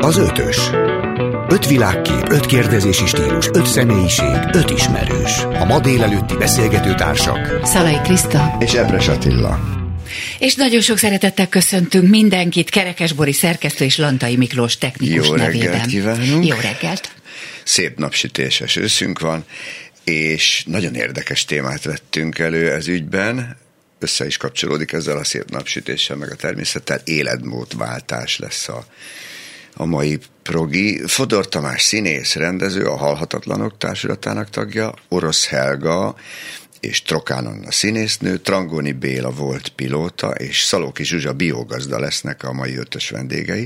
Az ötös. 5 világkép, 5 kérdezési stílus, 5 személyiség, 5 ismerős. A ma délelőtti beszélgető társak Szalai Kriszta és Epres Attila. És nagyon sok szeretettel köszöntünk mindenkit, Kerekes Bori szerkesztő és Lantai Miklós technikus nevében. Jó reggelt kívánunk! Jó reggelt! Szép napsütéses őszünk van, és nagyon érdekes témát vettünk elő ez ügyben. Össze is kapcsolódik ezzel a szép napsütéssel, meg a természettel. Életmódváltás lesz a mai progi. Fodor Tamás színész, rendező, a Halhatatlanok társulatának tagja, Orosz Helga és Trokán Anna színésznő, Trangoni Béla volt pilóta, és Szalóki Zsuzsa biogazda lesznek a mai ötös vendégei.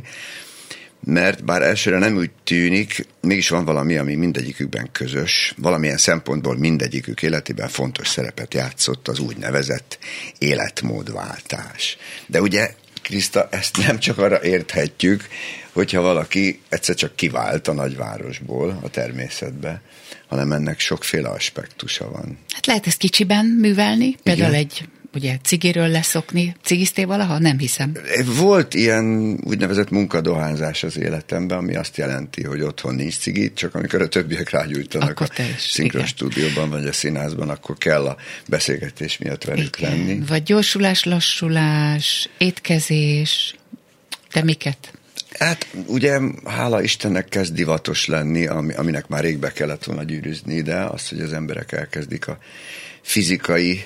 Mert bár elsőre nem úgy tűnik, mégis van valami, ami mindegyikükben közös, valamilyen szempontból mindegyikük életében fontos szerepet játszott az úgynevezett életmódváltás. De ugye, Kriszta, ezt nem csak arra érthetjük, hogyha valaki egyszer csak kivált a nagyvárosból a természetbe, hanem ennek sokféle aspektusa van. Hát lehet ezt kicsiben művelni, például ugye cigiről leszokni. Cigiztél valaha? Nem hiszem. Volt ilyen úgynevezett munkadohányzás az életemben, ami azt jelenti, hogy otthon nincs cigi, csak amikor a többiek rágyújtanak a szinkron stúdióban vagy a színházban, akkor kell a beszélgetés miatt velük lenni. Vagy gyorsulás, lassulás, étkezés, de miket? Hát ugye hála Istennek kezd divatos lenni, aminek már rég be kellett volna gyűrűzni, de az, hogy az emberek elkezdik a fizikai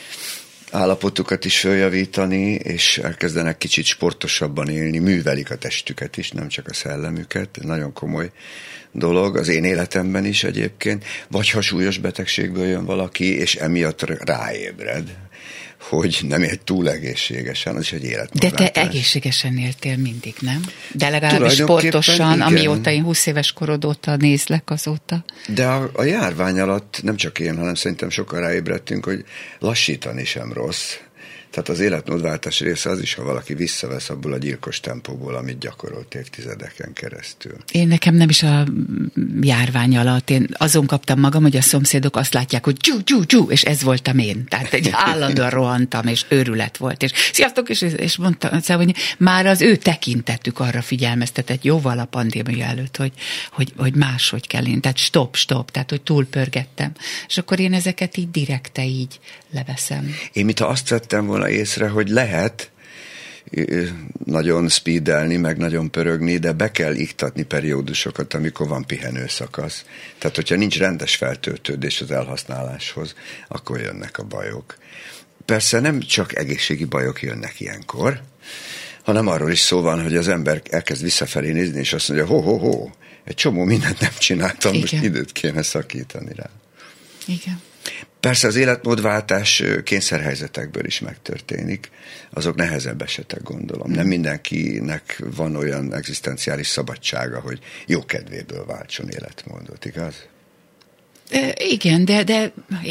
állapotukat is följavítani, és elkezdenek kicsit sportosabban élni, művelik a testüket is, nem csak a szellemüket. Nagyon komoly dolog az én életemben is egyébként. Vagy ha súlyos betegségből jön valaki, és emiatt ráébred, hogy nem élt túl egészségesen, az is egy életmódváltás. De te egészségesen éltél mindig, nem? De legalábbis sportosan, igen. Amióta én 20 éves korod óta nézlek azóta. De a járvány alatt nem csak én, hanem szerintem sokan ráébredtünk, hogy lassítani sem rossz. Tehát az életmódváltás része az is, ha valaki visszavesz abból a gyilkos tempóból, amit gyakorolt évtizedeken keresztül. Én nekem nem is a járvány alatt, én azon kaptam magam, hogy a szomszédok azt látják, hogy dzsú, és ez voltam én. Tehát egy állandóan rohantam, és őrület volt. És sziasztok, és mondtam, hogy már az ő tekintetük arra figyelmeztetett jóval a pandémia előtt, hogy máshogy kell én. Tehát stop, tehát hogy túlpörgettem. És akkor én ezeket így direkte így leveszem. Én mintha azt vettem volna észre, hogy lehet nagyon speedelni, meg nagyon pörögni, de be kell iktatni periódusokat, amikor van pihenő szakasz. Tehát, hogyha nincs rendes feltöltődés az elhasználáshoz, akkor jönnek a bajok. Persze nem csak egészségi bajok jönnek ilyenkor, hanem arról is szó van, hogy az ember elkezd visszafelé nézni, és azt mondja, ho, egy csomó mindent nem csináltam, igen. Most időt kéne szakítani rá. Igen. Persze az életmódváltás kényszerhelyzetekből is megtörténik, azok nehezebb esetek, gondolom. Nem mindenkinek van olyan egzisztenciális szabadsága, hogy jó kedvéből váltson életmódot, igaz? Igen, de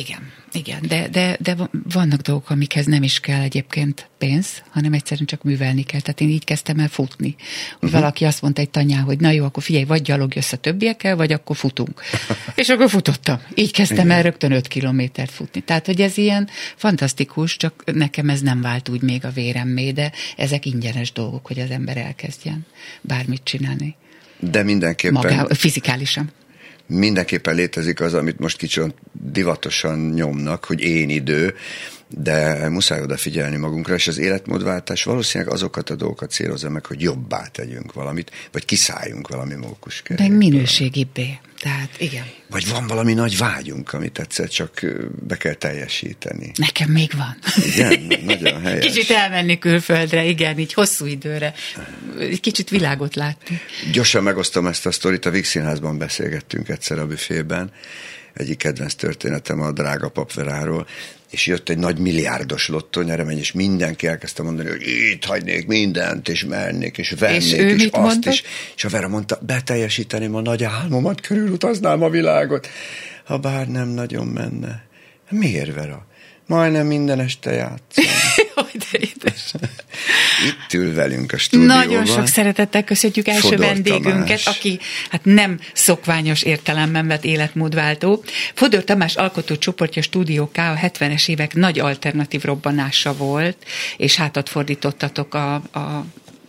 vannak dolgok, amikhez nem is kell egyébként pénz, hanem egyszerűen csak művelni kell. Tehát én így kezdtem el futni. Valaki azt mondta egy tanyán, hogy na jó, akkor figyelj, vagy gyalog jössz a többiekkel, vagy akkor futunk. És akkor futottam. Így kezdtem el rögtön 5 kilométert futni. Tehát, hogy ez ilyen fantasztikus, csak nekem ez nem vált úgy még a véremmé, de ezek ingyenes dolgok, hogy az ember elkezdjen bármit csinálni. De mindenképpen... fizikálisan. Mindenképpen létezik az, amit most kicsit divatosan nyomnak, hogy én idő, de muszáj odafigyelni magunkra, és az életmódváltás valószínűleg azokat a dolgokat célozza meg, hogy jobbá tegyünk valamit, vagy kiszálljunk valami mókuskerékből. Meg minőségibbé. Tehát igen. Vagy van valami nagy vágyunk, amit egyszer csak be kell teljesíteni. Nekem még van. Igen, nagyon helyes. Kicsit elmenni külföldre, igen, így hosszú időre. Egy kicsit világot látni. Gyorsan megosztom ezt a sztorit, a Víg Színházban beszélgettünk egyszer a büfében. Egyik kedvenc történetem a Drága papveráról, és jött egy nagy milliárdos lottónyeremény, és mindenki elkezdte mondani, hogy itt hagynék mindent, és mennék, és vennék, és azt mondta? is. És a Vera mondta, beteljesíteném a nagy álmomat, körülutaznám a világot. Ha bár nem nagyon menne. Miért, Vera? Majdnem minden este játszom. De édes. Itt ül velünk a stúdióban. Nagyon sok szeretettel köszönjük első Fodor vendégünket, Tamás. aki hát nem szokványos értelemben vett életmódváltó. Fodor Tamás alkotócsoportja Stúdió K a 70-es évek nagy alternatív robbanása volt, és hátat fordítottatok a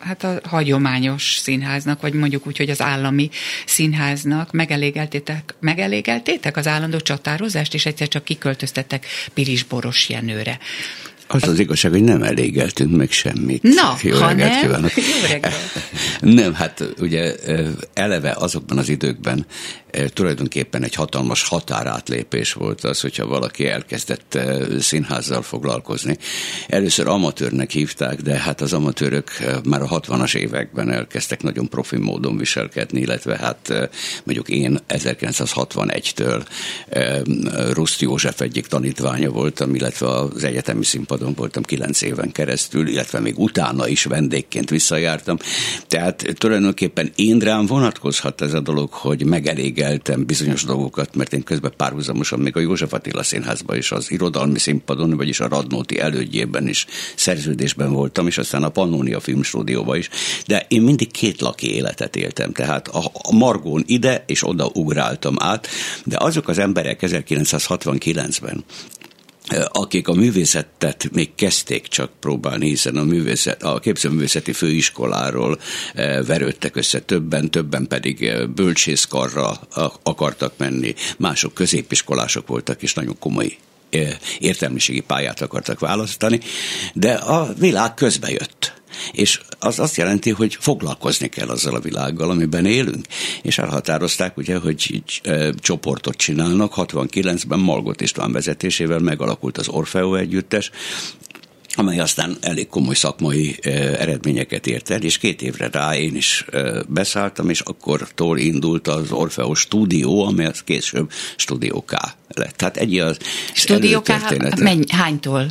a hagyományos színháznak, vagy mondjuk úgy, hogy az állami színháznak megelégeltétek az állandó csatározást, és egyszer csak kiköltöztettek Pilisboros Jenőre. Az az igazság, hogy nem elégeltünk meg semmit. Na, jó ha reggelt nem, kívánok. jó reggelt. Nem, hát ugye eleve azokban az időkben tulajdonképpen egy hatalmas határátlépés volt az, hogyha valaki elkezdett színházzal foglalkozni. Először amatőrnek hívták, de hát az amatőrök már a 60-as években elkezdtek nagyon profi módon viselkedni, illetve hát mondjuk én 1961-től Ruszt József egyik tanítványa voltam, illetve az egyetemi színpadon voltam 9 éven keresztül, illetve még utána is vendégként visszajártam. Tehát tulajdonképpen én rám vonatkozhat ez a dolog, hogy megelégeltem bizonyos dolgokat, mert én közben párhuzamosan még a József Attila Színházban is, az irodalmi színpadon, vagyis a Radnóti elődjében is szerződésben voltam, és aztán a Pannonia Filmstúdióban is. De én mindig kétlaki életet éltem, tehát a Margón ide és oda ugráltam át, de azok az emberek 1969-ben, akik a művészetet még kezdték csak próbálni, hiszen a képzőművészeti főiskoláról verődtek össze többen pedig bölcsészkarra akartak menni, mások középiskolások voltak, és nagyon komoly értelmiségi pályát akartak választani, de a világ közbe jött. És az azt jelenti, hogy foglalkozni kell azzal a világgal, amiben élünk. És elhatározták, ugye, hogy csoportot csinálnak. 69-ben Malgot István vezetésével megalakult az Orfeó együttes, amely aztán elég komoly szakmai eredményeket ért el, és 2 évre rá én is beszálltam, és akkortól indult az Orfeó Stúdió, amely az később Stúdió K lett. Tehát egy az Stúdió K hánytól?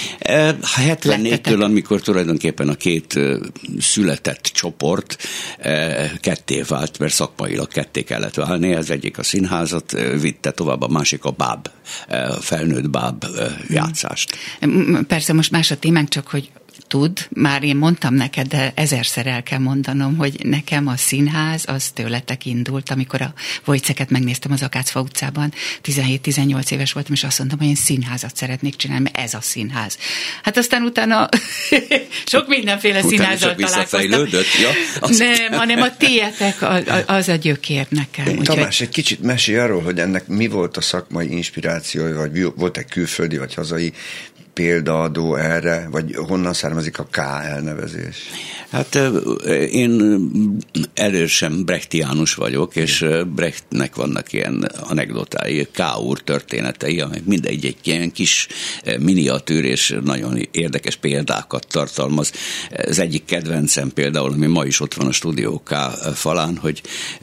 74-től, amikor tulajdonképpen a 2 született csoport ketté vált, mert szakmailag ketté kellett válni. Az egyik a színházat vitte tovább, a másik a báb, felnőtt báb játszást. Persze most más a témánk, csak hogy már én mondtam neked, de 1000-szer el kell mondanom, hogy nekem a színház az tőletek indult, amikor a Vojceket megnéztem az Akácfa utcában, 17-18 éves voltam, és azt mondtam, hogy én színházat szeretnék csinálni, mert ez a színház. Hát aztán utána sok mindenféle színházzal találkoztam. Ja, nem, hanem a tietek az a gyökér nekem. Tamás, egy kicsit mesélj arról, hogy ennek mi volt a szakmai inspirációja, vagy volt-e külföldi, vagy hazai példaadó erre, vagy honnan származik a K elnevezés? Hát én erősen brechtiánus vagyok, és Brechtnek vannak ilyen anekdotái, K. úr történetei, amely mindegy egy ilyen kis miniatűr és nagyon érdekes példákat tartalmaz. Az egyik kedvencem például, ami ma is ott van a Stúdió K falán, hogy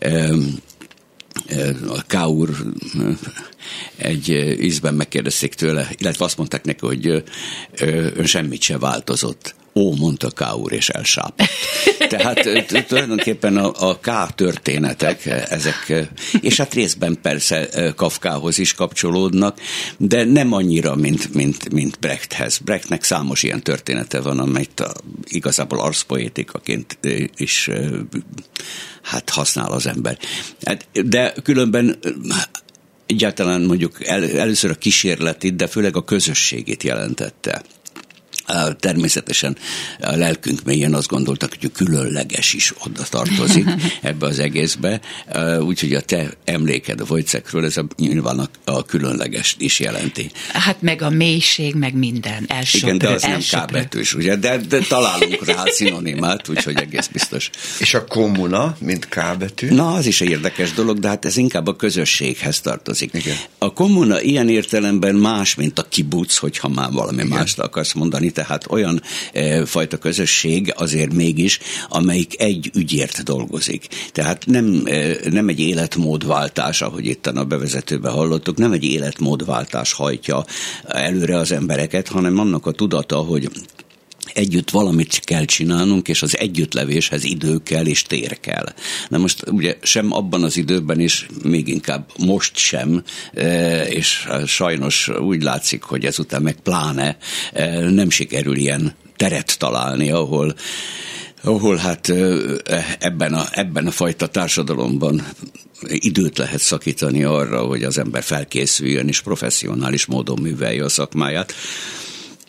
a K. úr egy ízben megkérdezték tőle, illetve azt mondták neki, hogy ön semmit se változott. Ó, mondta K. úr, és elsápadt. Tehát tulajdonképpen a K történetek, ezek, és hát részben persze Kafkához is kapcsolódnak, de nem annyira, mint Brechthez. Brechtnek számos ilyen története van, amelyet igazából arszpoétikaként is hát használ az ember. De különben egyáltalán mondjuk először a kísérletét, de főleg a közösségét jelentette. Természetesen a lelkünk mélyen azt gondoltak, hogy különleges is oda tartozik ebbe az egészbe, úgyhogy a te emléked a Wojciechről, ez nyilván a különleges is jelenti. Hát meg a mélység, meg minden elsöprő. Igen, de az nem K betűs, ugye? De találunk rá szinonimát, úgyhogy egész biztos. És a kommuna, mint K betű? Na, az is egy érdekes dolog, de hát ez inkább a közösséghez tartozik. Igen. A kommuna ilyen értelemben más, mint a kibuc, hogyha már valami mást akarsz mondani, tehát olyan fajta közösség azért mégis, amelyik egy ügyért dolgozik. Tehát nem egy életmódváltás, ahogy itt a bevezetőben hallottuk, nem egy életmódváltás hajtja előre az embereket, hanem annak a tudata, hogy együtt valamit kell csinálnunk, és az együttlevéshez idő kell, és tér kell. Na most ugye sem abban az időben is, még inkább most sem, és sajnos úgy látszik, hogy ezután meg pláne nem sikerül ilyen teret találni, ahol hát ebben a fajta társadalomban időt lehet szakítani arra, hogy az ember felkészüljön és professzionális módon művelje a szakmáját.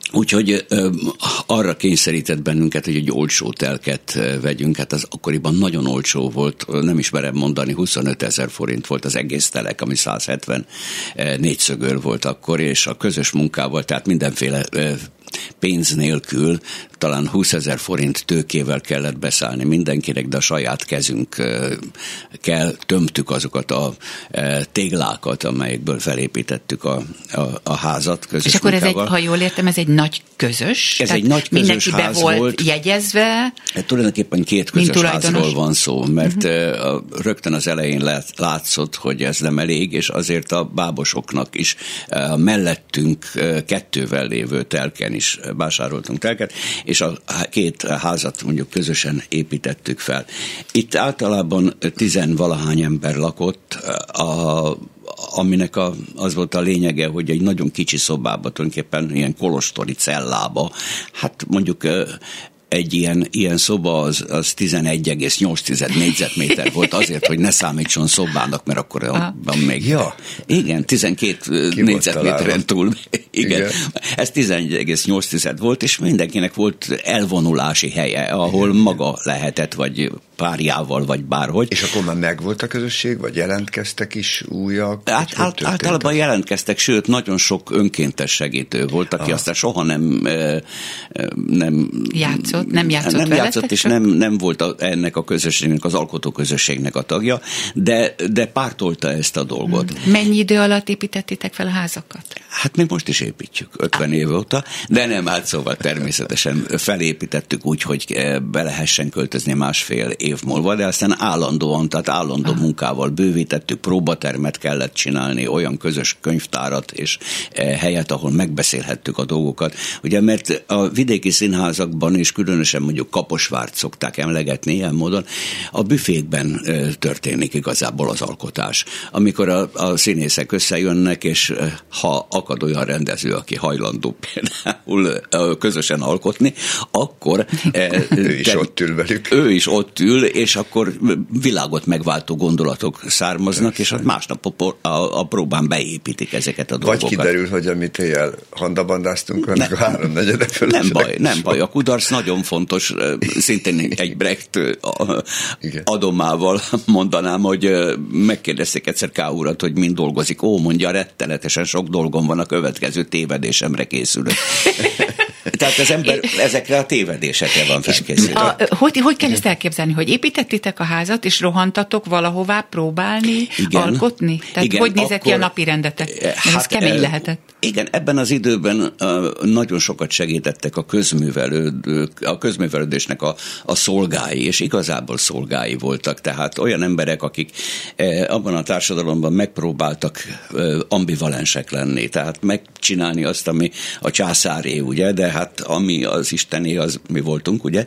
Úgyhogy arra kényszerített bennünket, hogy egy olcsó telket vegyünk, hát az akkoriban nagyon olcsó volt, nem is merem mondani, 25 000 forint volt az egész telek, ami 170 négyszögöl volt akkor, és a közös munkával, tehát mindenféle pénz nélkül, talán 20 000 forint tőkével kellett beszállni mindenkinek, de a saját kezünkkel tömtük azokat a téglákat, amelyekből felépítettük a házat közös. És akkor munkával. ez egy, ha jól értem, ez egy nagy közös? Ez egy nagy közös ház volt jegyezve? Tulajdonképpen két közös házról van szó, mert rögtön az elején látszott, hogy ez nem elég, és azért a bábosoknak is mellettünk 2 lévő telken is vásároltunk telket, és a két házat mondjuk közösen építettük fel. Itt általában 10-valahány ember lakott, aminek az volt a lényege, hogy egy nagyon kicsi szobába, tulajdonképpen ilyen kolostori cellába, hát mondjuk egy ilyen szoba az 11,8 négyzetméter volt azért, hogy ne számítson szobának, mert akkor van még... Ja. Igen, 12 négyzetméteren túl. Igen. Ez 11,8 volt, és mindenkinek volt elvonulási helye, ahol maga lehetett, vagy párjával, vagy bárhogy. És akkor már megvolt a közösség, vagy jelentkeztek is újak? Általában jelentkeztek, sőt, nagyon sok önkéntes segítő volt, aki aztán soha nem játszott, és nem volt ennek a közösségnek, az alkotóközösségnek a tagja, de pártolta ezt a dolgot. Mennyi idő alatt építettétek fel a házakat? Hát még most is építjük, 50 év óta, de nem, hát szóval természetesen felépítettük úgy, hogy be lehessen költözni 1,5 év múlva, de aztán állandóan, tehát állandó munkával bővítettük, próbatermet kellett csinálni, olyan közös könyvtárat és helyet, ahol megbeszélhettük a dolgokat. Ugye, mert a vidéki színházakban, és különösen mondjuk Kaposvárt szokták emlegetni ilyen módon, a büfékben történik igazából az alkotás. Amikor a színészek összejönnek, és ha akad olyan rendező, aki hajlandó például közösen alkotni, akkor ő is ott ül velük. Ő is ott ül, és akkor világot megváltó gondolatok származnak, és másnap a próbán beépítik ezeket a dolgokat. Vagy kiderül, hogy amit éjjel handabandáztunk, annak a 3/4 Nem baj, a kudarc nagyon fontos, szintén egy Brecht adomával mondanám, hogy megkérdezték egyszer K. urat, hogy mind dolgozik. Mondja, rettenetesen sok dolgom van, a következő tévedésemre készülök. Tehát az ember ezekre a tévedésekre van felkészülve. Hogy kell ezt elképzelni, hogy építettétek a házat, és rohantatok valahová próbálni, alkotni? Tehát igen, hogy nézett ki a napi rendetek? Ez kemény lehetett. Igen, ebben az időben nagyon sokat segítettek a közművelődésnek a szolgái, és igazából szolgái voltak. Tehát olyan emberek, akik abban a társadalomban megpróbáltak ambivalensek lenni, tehát megcsinálni azt, ami a császáré, ugye, de hát ami az istené, az mi voltunk, ugye,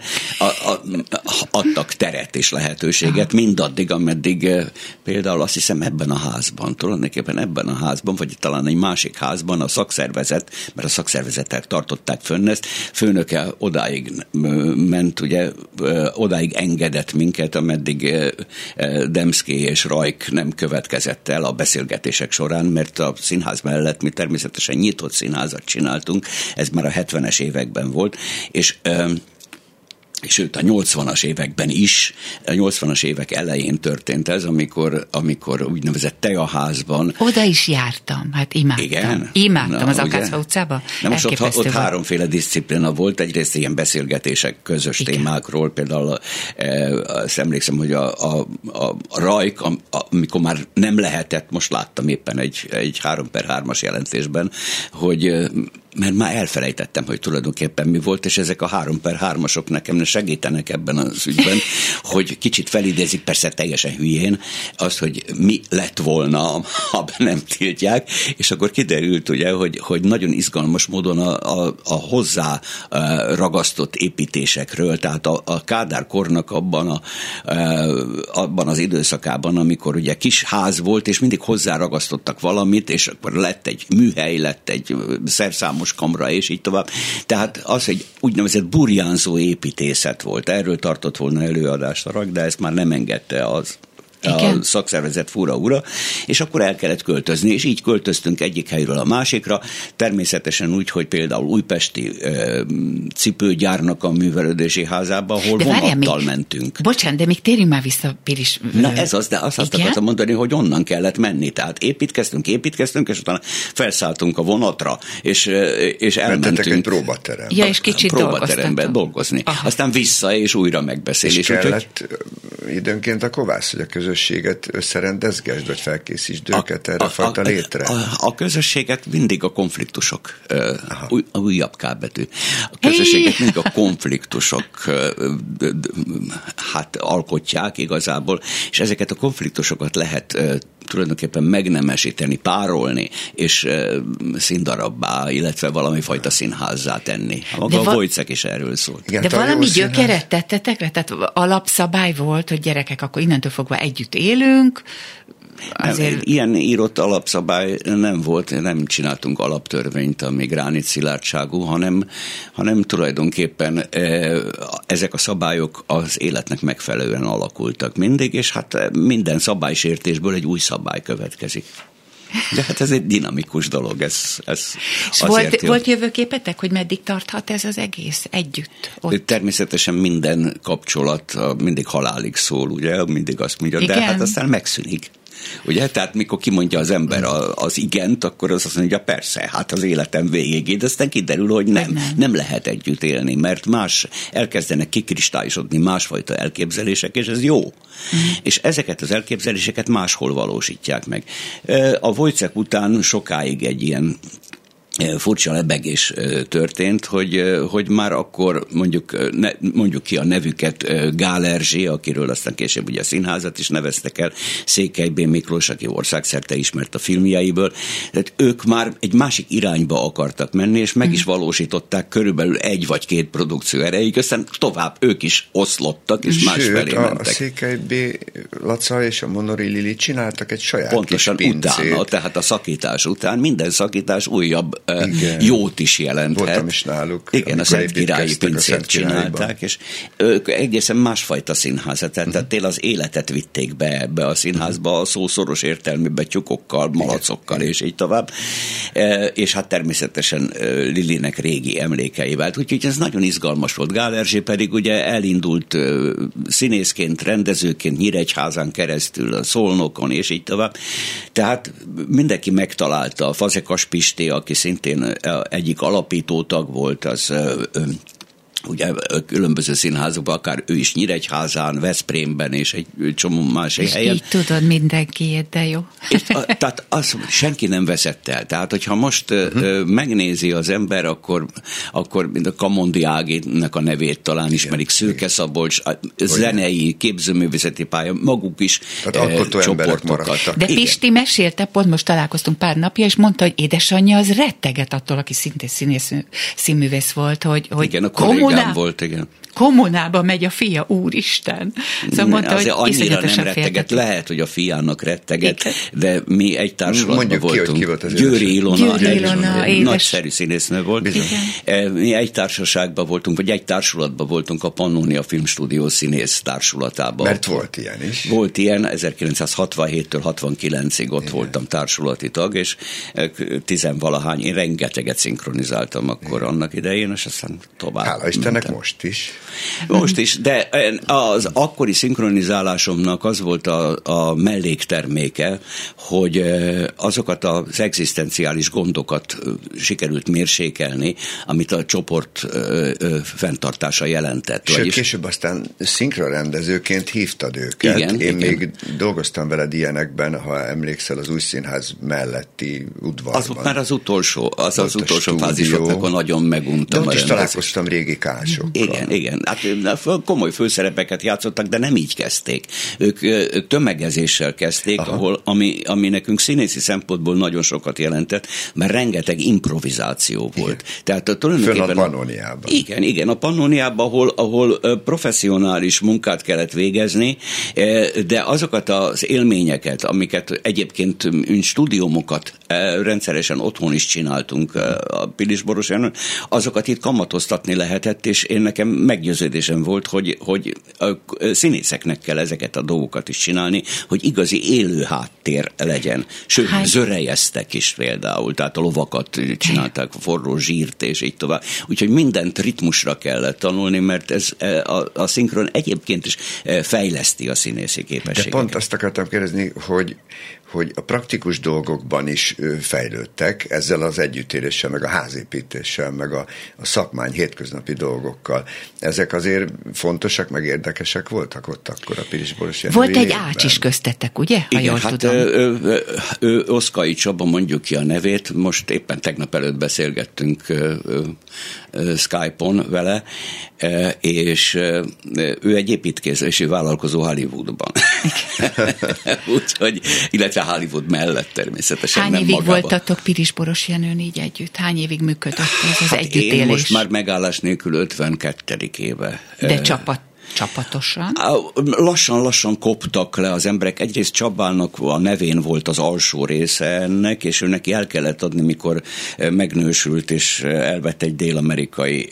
adtak teret és lehetőséget mindaddig, ameddig például azt hiszem tulajdonképpen ebben a házban, vagy talán egy másik házban a szakszervezet, mert a szakszervezetek tartották fönn ezt, főnöke odáig ment, ugye, odáig engedett minket, ameddig Demszky és Rajk nem következett el a beszélgetések során, mert a színház mellett mi természetesen nyitott színházat csináltunk, ez már a 70-es években volt, és sőt a 80-as években is, a 80-as évek elején történt ez, amikor úgynevezett teaházban. Oda is jártam, hát imádtam. Igen? Imádtam az Akácfa utcába. Na most ott háromféle diszciplina volt, egyrészt ilyen beszélgetések közös témákról, például azt emlékszem, hogy a Rajk, amikor már nem lehetett, most láttam éppen egy 3/3-as jelentésben, hogy mert már elfelejtettem, hogy tulajdonképpen mi volt, és ezek a 3/3-asok nekem segítenek ebben az ügyben, hogy kicsit felidézik, persze teljesen hülyén, azt, hogy mi lett volna, ha nem tiltják, és akkor kiderült, ugye, hogy nagyon izgalmas módon a hozzá ragasztott építésekről, tehát a Kádár kornak abban az időszakában, amikor ugye kis ház volt, és mindig hozzá ragasztottak valamit, és akkor lett egy műhely, lett egy szerszámos kamra, és így tovább. Tehát az egy úgynevezett burjánzó építészet volt. Erről tartott volna előadást a Rajk, de ezt már nem engedte az a szakszervezet fura ura, és akkor el kellett költözni, és így költöztünk egyik helyről a másikra, természetesen úgy, hogy például újpesti cipőgyárnak a művelődési házába, ahol vonattal mentünk. Bocsánat, de még térjünk már vissza, Pilis. Na ez az, de azt akartam mondani, hogy onnan kellett menni, tehát építkeztünk, és utána felszálltunk a vonatra, és elmentünk. Mentetek egy próbaterembe. Ja, és kicsit próbaterembe dolgozni. Aha. Aztán vissza, és újra megbeszélés. És kellett időnként a kovász, hogy a közösséget összerendezgesd, vagy felkészítsd őket erre fajta létre? A közösséget mindig a konfliktusok, újabb kábetű. A közösséget mindig a konfliktusok alkotják igazából, és ezeket a konfliktusokat lehet tulajdonképpen megnemesíteni, párolni, és színdarabbá, illetve valami fajta színházzá tenni. Maga a Wojciech is erről szólt. Igen, de valami gyökeret tettetek le? Tehát alapszabály volt, hogy gyerekek, akkor innentől fogva együtt élünk, azért... Nem, ilyen írott alapszabály nem volt, nem csináltunk alaptörvényt, ami gránit szilárdságú, hanem tulajdonképpen ezek a szabályok az életnek megfelelően alakultak mindig, és hát minden szabálysértésből egy új szabály következik. De hát ez egy dinamikus dolog, ez és volt jövőképetek, hogy meddig tarthat ez az egész együtt? Ott? Természetesen minden kapcsolat mindig halálig szól, ugye, mindig azt mondja, igen. De hát aztán megszűnik. Ugye? Tehát mikor kimondja az ember az igent, akkor az azt mondja, persze, hát az életem végéig, de aztán kiderül, hogy nem lehet együtt élni, mert elkezdenek kikristályosodni másfajta elképzelések, és ez jó. És ezeket az elképzeléseket máshol valósítják meg. A Wojciech után sokáig egy ilyen furcsa lebegés történt, hogy már akkor mondjuk ki a nevüket Gál Erzsé, akiről aztán később ugye a színházat is neveztek el, Székely B. Miklós, aki országszerte ismert a filmjeiből, tehát ők már egy másik irányba akartak menni, és meg is valósították körülbelül 1 vagy 2 produkció erejéig, aztán tovább ők is oszlottak, és másfelé mentek. A Székely B. Laca és a Monori Lili csináltak egy saját pontosan kis pincét. Utána, tehát a szakítás után minden szakítás újabb jót is jelenthet. Voltam is náluk. Igen, a Szentkirályi pincét csinálták, és ők egészen másfajta színházat, tehát tényleg az életet vitték be ebbe a színházba, a szó szoros értelmében tyúkokkal, malacokkal, és így tovább. És hát természetesen Lilinek régi emlékeivel. Úgyhogy ez nagyon izgalmas volt. Gál Erzsé pedig ugye elindult színészként, rendezőként Nyíregyházán keresztül, a Szolnokon, és így tovább. Tehát mindenki megtalálta. A Fazekas Pisti, aki szintén egyik alapító tag volt, az ugye különböző színházakban, akár ő is Nyíregyházán, Veszprémben és egy csomó más helyen. Így tudod mindenkiét, de jó. Tehát azt senki nem veszett el. Tehát, hogyha most megnézi az ember, akkor mind a Kamondi Áginek a nevét talán ismerik, Szőke Szabolcs, zenei, képzőművészeti pálya, maguk is csoportokat. De Pisti mesélte, pont most találkoztunk pár napja, és mondta, hogy édesanyja az retteget attól, aki szintén színművész volt, hogy igen, a volt, igen. Kommunába megy a fia, úristen. Szóval mondta, hogy annyira nem retteget, lehet, hogy a fiának retteget, igen. De mi egy társulatban voltunk. Ki volt az Győri Ilona, nagyszerű színésznő volt. Mi egy társaságban voltunk, vagy egy társulatban voltunk, a Pannonia Filmstúdió színész társulatában. Mert volt ilyen is. Volt ilyen, 1967-től 69-ig ott voltam társulati tag, és 10-valahány, én rengeteget szinkronizáltam akkor annak idején, és aztán tovább. Hála Istennek most is. Most is, de az akkori szinkronizálásomnak az volt a mellékterméke, hogy azokat az egzisztenciális gondokat sikerült mérsékelni, amit a csoport fenntartása jelentett. Sőt, később aztán szinkronrendezőként hívtad őket. Én még dolgoztam veled ilyenekben, ha emlékszel, az Új Színház melletti udvarban. Az már az utolsó fázisoknak, akkor nagyon meguntam. De ott is találkoztam régi kásokkal. Igen. Hát komoly főszerepeket játszottak, de nem így kezdték. Ők tömegezéssel kezdték, ami nekünk színészi szempontból nagyon sokat jelentett, mert rengeteg improvizáció volt. Tehát tulajdonképpen a Pannoniában. Igen, a Pannoniában, ahol professzionális munkát kellett végezni, de azokat az élményeket, amiket egyébként stúdiómokat rendszeresen otthon is csináltunk a Pilis Borosánon, azokat itt kamatoztatni lehetett, lett, és én nekem meggyőződésem volt, hogy a színészeknek kell ezeket a dolgokat is csinálni, hogy igazi élő háttér legyen. Sőt, zörejeztek is például, tehát a lovakat csinálták, forró zsírt, és így tovább. Úgyhogy mindent ritmusra kellett tanulni, mert ez a szinkron egyébként is fejleszti a színészi képességeket. De pont azt akartam kérdezni, hogy a praktikus dolgokban is fejlődtek ezzel az együttéléssel, meg a házépítéssel, meg a szakmány hétköznapi dolgokkal. Ezek azért fontosak, meg érdekesek voltak ott akkor a Pilisboros Jenő Volt egy Ács is köztetek, ugye? Ha igen, jól tudom. Oszkai Csaba, mondjuk ki a nevét, most éppen tegnap előtt beszélgettünk Skype-on vele, és ő egy építkezési vállalkozó Hollywoodban. Úgyhogy, illetve Hollywood mellett természetesen. Hány évig voltatok Pilisboros Jenőn így együtt? Hány évig működött ez az együttélés? Én most már megállás nélkül 52. éve. De csapatosan? Lassan koptak le az emberek. Egyrészt Csabának a nevén volt az alsó része ennek, és ő neki el kellett adni, mikor megnősült, és elvett egy dél-amerikai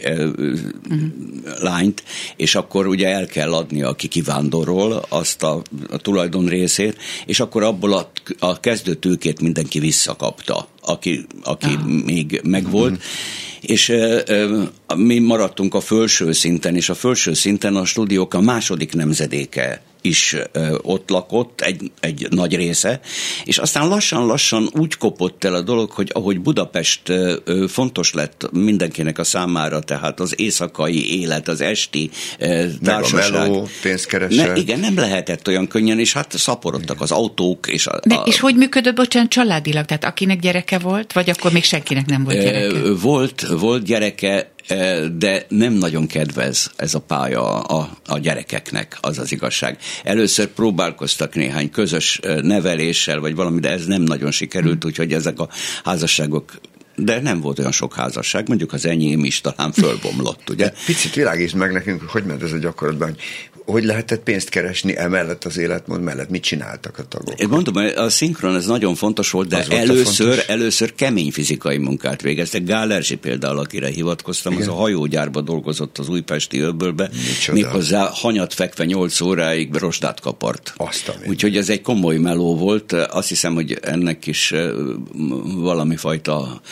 lányt, és akkor ugye el kell adni, aki kivándorol, azt a tulajdon részét, és akkor abból a kezdőtőkét mindenki visszakapta, aki még megvolt. És mi maradtunk a felső szinten, és a felső szinten a stúdiók a második nemzedéke is ott lakott, egy nagy része, és aztán lassan úgy kopott el a dolog, hogy ahogy Budapest fontos lett mindenkinek a számára, tehát az éjszakai élet, az esti társaság. Meg a meló, pénzkeresel. Igen, nem lehetett olyan könnyen, és hát szaporodtak az autók. És hogy működött, bocsánat, családilag? Tehát akinek gyereke volt, vagy akkor még senkinek nem volt gyereke? Volt gyereke, de nem nagyon kedvez ez a pálya a gyerekeknek, az az igazság. Először próbálkoztak néhány közös neveléssel, vagy valami, de ez nem nagyon sikerült, úgyhogy ezek a házasságok, de nem volt olyan sok házasság, mondjuk az enyém is talán fölbomlott, ugye? Picit világítsd meg nekünk, hogy ment ez a gyakorlatban, hogy lehetett pénzt keresni emellett az életmód mellett? Mit csináltak a tagok? Én mondom, a szinkron ez nagyon fontos volt, de először kemény fizikai munkát végeztek. Gál Erzsi például, akire hivatkoztam, igen, az a hajógyárba dolgozott az újpesti öbölbe, méghozzá hanyat fekve 8 óráig rostát kapart. Úgyhogy ez egy komoly meló volt. Azt hiszem, hogy ennek is valami fajta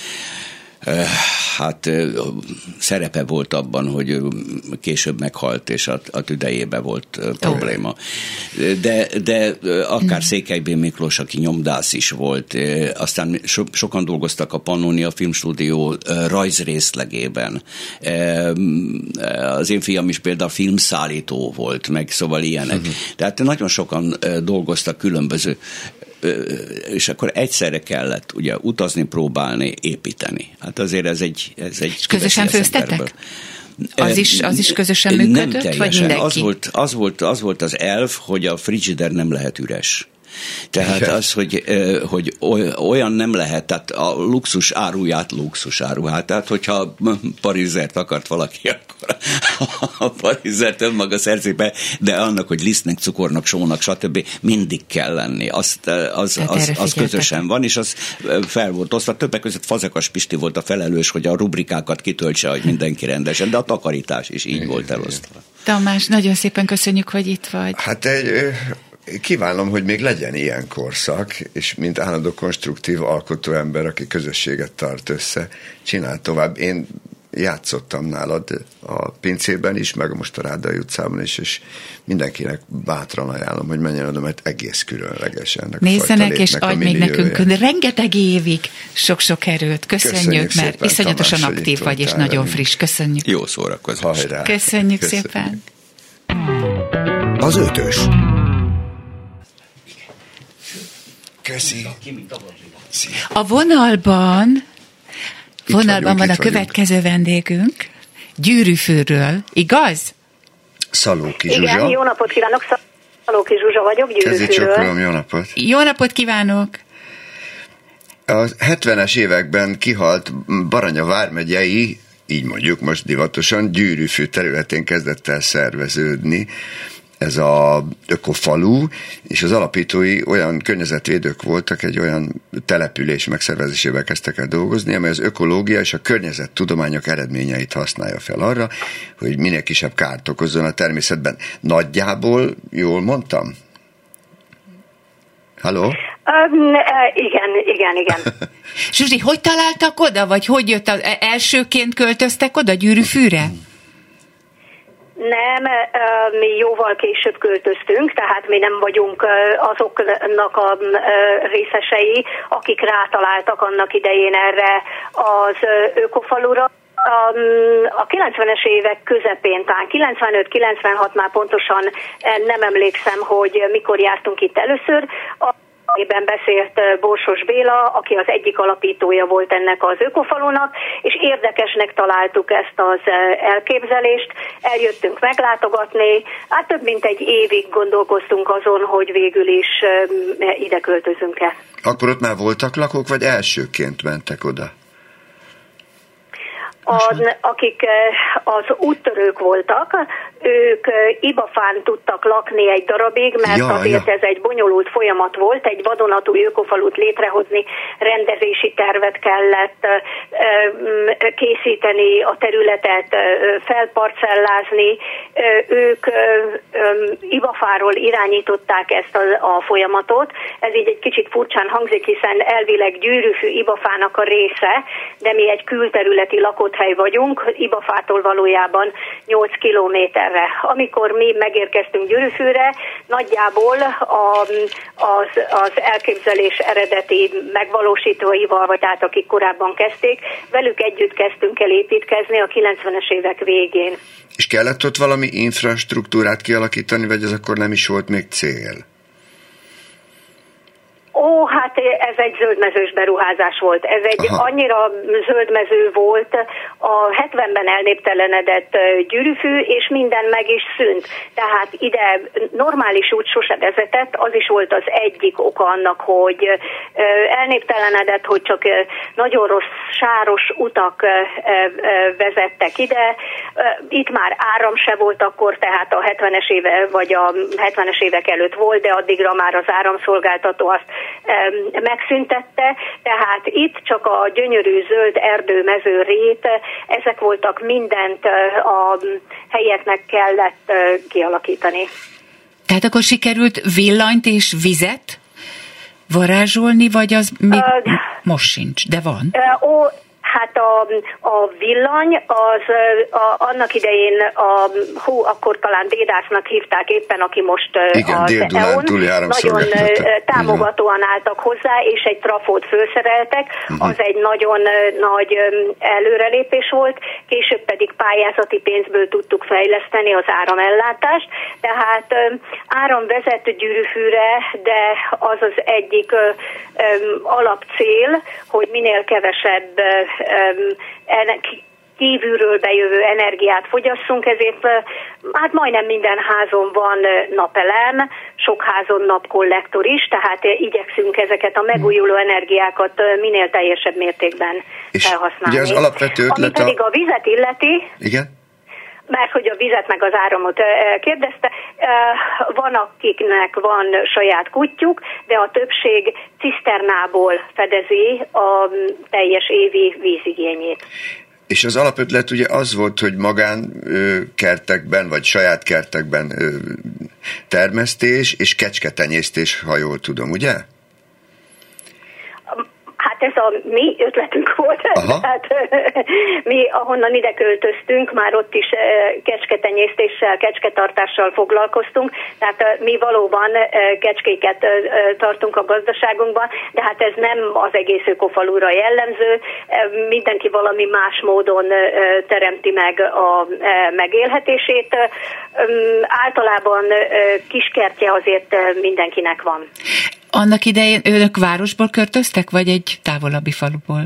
szerepe volt abban, hogy később meghalt, és a tüdejébe volt probléma. De akár Székely B. Miklós, aki nyomdász is volt, aztán sokan dolgoztak a Pannonia Filmstúdió rajzrészlegében. Az én fiam is például filmszállító volt, meg szóval ilyenek. Tehát nagyon sokan dolgoztak különböző, és akkor egyszerre kellett ugye utazni, próbálni, építeni. Hát azért ez egy és közösen főztetek? Az is közösen működött? Nem teljesen. Vagy mindenki? Az volt az elv, hogy a frigider nem lehet üres. Tehát az, hogy olyan nem lehet, tehát a luxus áruhát, tehát hogyha parizert akart valaki, akkor a parizert önmaga szerzi be, de annak, hogy lisztnek, cukornak, sónak, stb. Mindig kell lenni. Az közösen van, és az fel volt osztva. Többek között Fazekas Pisti volt a felelős, hogy a rubrikákat kitöltse, hogy mindenki rendesen, de a takarítás is így volt elosztva. Tamás, nagyon szépen köszönjük, hogy itt vagy. Hát kívánom, hogy még legyen ilyen korszak, és mint állandó konstruktív alkotóember, aki közösséget tart össze, csinál tovább. Én játszottam nálad a pincében is, meg most a Rádai utcában is, és mindenkinek bátran ajánlom, hogy menjen oda, mert egész különleges ennek. Nézzenek, és adj még nekünk rengeteg évig sok-sok erőt. Köszönjük, mert szépen, iszonyatosan Tamás, aktív vagy, és nagyon friss. Köszönjük. Jó szórakozás. Köszönjük szépen. Az Ötös. Köszi. A vonalban van a következő vendégünk, Gyűrűfőről, igaz? Szalóki Zsuzsa. Igen, jó napot kívánok, Szalóki Zsuzsa vagyok, Gyűrűfőről. Kezi csókolom, jó napot. Jó napot kívánok! A 70-es években kihalt Baranya vármegyei, így mondjuk most divatosan, Gyűrűfő területén kezdett el szerveződni ez a ökofalu, és az alapítói olyan környezetvédők voltak, egy olyan település megszervezésével kezdtek el dolgozni, amely az ökológia és a környezettudományok eredményeit használja fel arra, hogy minél kisebb kárt okozzon a természetben. Nagyjából jól mondtam? Halló? Igen. Zsuzsi, hogy találtak oda, vagy hogy jött elsőként költöztek oda Gyűrűfűre? Nem, mi jóval később költöztünk, tehát mi nem vagyunk azoknak a részesei, akik rátaláltak annak idején erre az ökofalura. A 90-es évek közepén, talán 95-96 már pontosan nem emlékszem, hogy mikor jártunk itt először. Amiben beszélt Borsos Béla, aki az egyik alapítója volt ennek az ökofalunak, és érdekesnek találtuk ezt az elképzelést, eljöttünk meglátogatni, hát több mint egy évig gondolkoztunk azon, hogy végül is ide költözünk-e. Akkor ott már voltak lakók, vagy elsőként mentek oda? Akik az úttörők voltak, ők Ibafán tudtak lakni egy darabig, mert azért ez egy bonyolult folyamat volt, egy vadonatúj ökofalut létrehozni, rendezési tervet kellett készíteni, a területet felparcellázni. Ők Ibafáról irányították ezt a folyamatot. Ez így egy kicsit furcsán hangzik, hiszen elvileg Gyűrűfű Ibafának a része, de mi egy külterületi lakott hely vagyunk, Ibafától valójában 8 kilométerre. Amikor mi megérkeztünk Gyűrűfűre, nagyjából az elképzelés eredeti megvalósítóival, vagy tehát akik korábban kezdték, velük együtt kezdtünk el építkezni a 90-es évek végén. És kellett ott valami infrastruktúrát kialakítani, vagy ez akkor nem is volt még cél? Hát ez egy zöldmezős beruházás volt. Ez egy annyira zöldmező volt, a 70-ben elnéptelenedett Gyűrűfű, és minden meg is szűnt. Tehát ide normális út sose vezetett, az is volt az egyik oka annak, hogy elnéptelenedett, hogy csak nagyon rossz, sáros utak vezettek ide. Itt már áram se volt akkor, tehát a 70-es éve, vagy a 70-es évek előtt volt, de addigra már az áramszolgáltató azt megszüntette, tehát itt csak a gyönyörű zöld erdőmező rét, ezek voltak, mindent a helyieknek kellett kialakítani. Tehát akkor sikerült villanyt és vizet varázsolni, vagy az még most sincs, de van? Hát a villany, az annak idején akkor talán Dédásznak hívták éppen, aki most az EON, nagyon támogatóan álltak hozzá, és egy trafót felszereltek, az egy nagyon nagy előrelépés volt, később pedig pályázati pénzből tudtuk fejleszteni az áramellátást, tehát áram vezet Gyűrűfűre, de az az egyik alapcél, hogy minél kevesebb kívülről bejövő energiát fogyasszunk, ezért hát majdnem minden házon van napelem, sok házon napkollektor is, tehát igyekszünk ezeket a megújuló energiákat minél teljesebb mértékben felhasználni. Ugye az alapvető ötlet ami pedig a vizet illeti, igen? Mert hogy a vizet meg az áramot kérdezte, van akiknek van saját kutyjuk, de a többség ciszternából fedezi a teljes évi vízigényét. És az alapötlet ugye az volt, hogy magánkertekben, vagy saját kertekben termesztés és kecsketenyésztés, ha jól tudom, ugye? Hát ez a mi ötletünk volt, tehát mi ahonnan ide költöztünk, már ott is kecsketenyésztéssel, kecsketartással foglalkoztunk, tehát mi valóban kecskéket tartunk a gazdaságunkban, de hát ez nem az egész ökofalura jellemző, mindenki valami más módon teremti meg a megélhetését. Általában kiskertje azért mindenkinek van. Annak idején önök városból költöztek, vagy egy távolabbi faluból?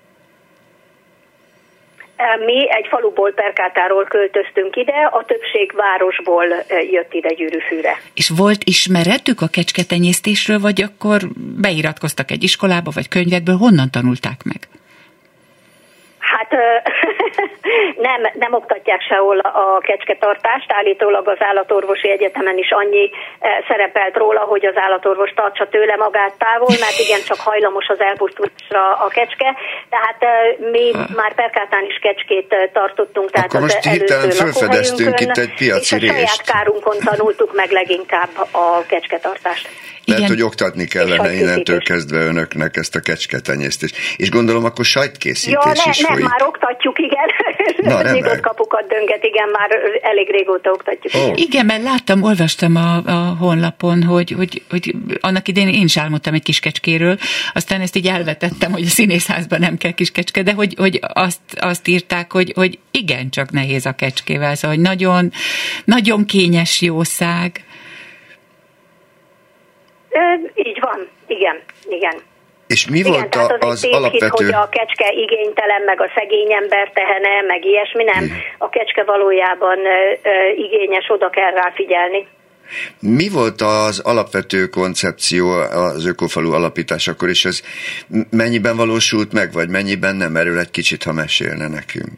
Mi egy faluból, Perkátáról költöztünk ide, a többség városból jött ide Gyűrűfűre. És volt ismeretük a kecsketenyésztésről, vagy akkor beiratkoztak egy iskolába, vagy könyvekből? Honnan tanulták meg? Hát Nem oktatják sehol a kecsketartást, állítólag az állatorvosi egyetemen is annyi szerepelt róla, hogy az állatorvos tartsa tőle magát távol, mert igencsak hajlamos az elpusztulásra a kecske, tehát mi már Perkátán is kecskét tartottunk, tehát akkor most hirtelen felfedeztünk itt egy piaci és a saját részt. kárunkon tanultuk meg leginkább a kecsketartást. Lehet, hogy oktatni kellene innentől kezdve önöknek ezt a kecsketenyésztést. És gondolom, akkor sajtkészítés is folyik. Nem, már oktatjuk, igen. Nyitott kapukat dönget, igen, már elég régóta oktatjuk. Oh. Igen, mert olvastam a honlapon, hogy annak idején én is álmodtam egy kis kecskéről, aztán ezt így elvetettem, hogy a színészházban nem kell kis kecske, de hogy azt írták, hogy igencsak nehéz a kecskével, szóval hogy nagyon, nagyon kényes jószág. Így van, igen. És mi volt az alapvető... hogy a kecske igénytelen, meg a szegény ember tehene, meg ilyesmi, nem. A kecske valójában igényes, oda kell rá figyelni. Mi volt az alapvető koncepció az ökofalu alapításakor, és ez mennyiben valósult meg, vagy mennyiben nem? Erről egy kicsit, ha mesélne nekünk.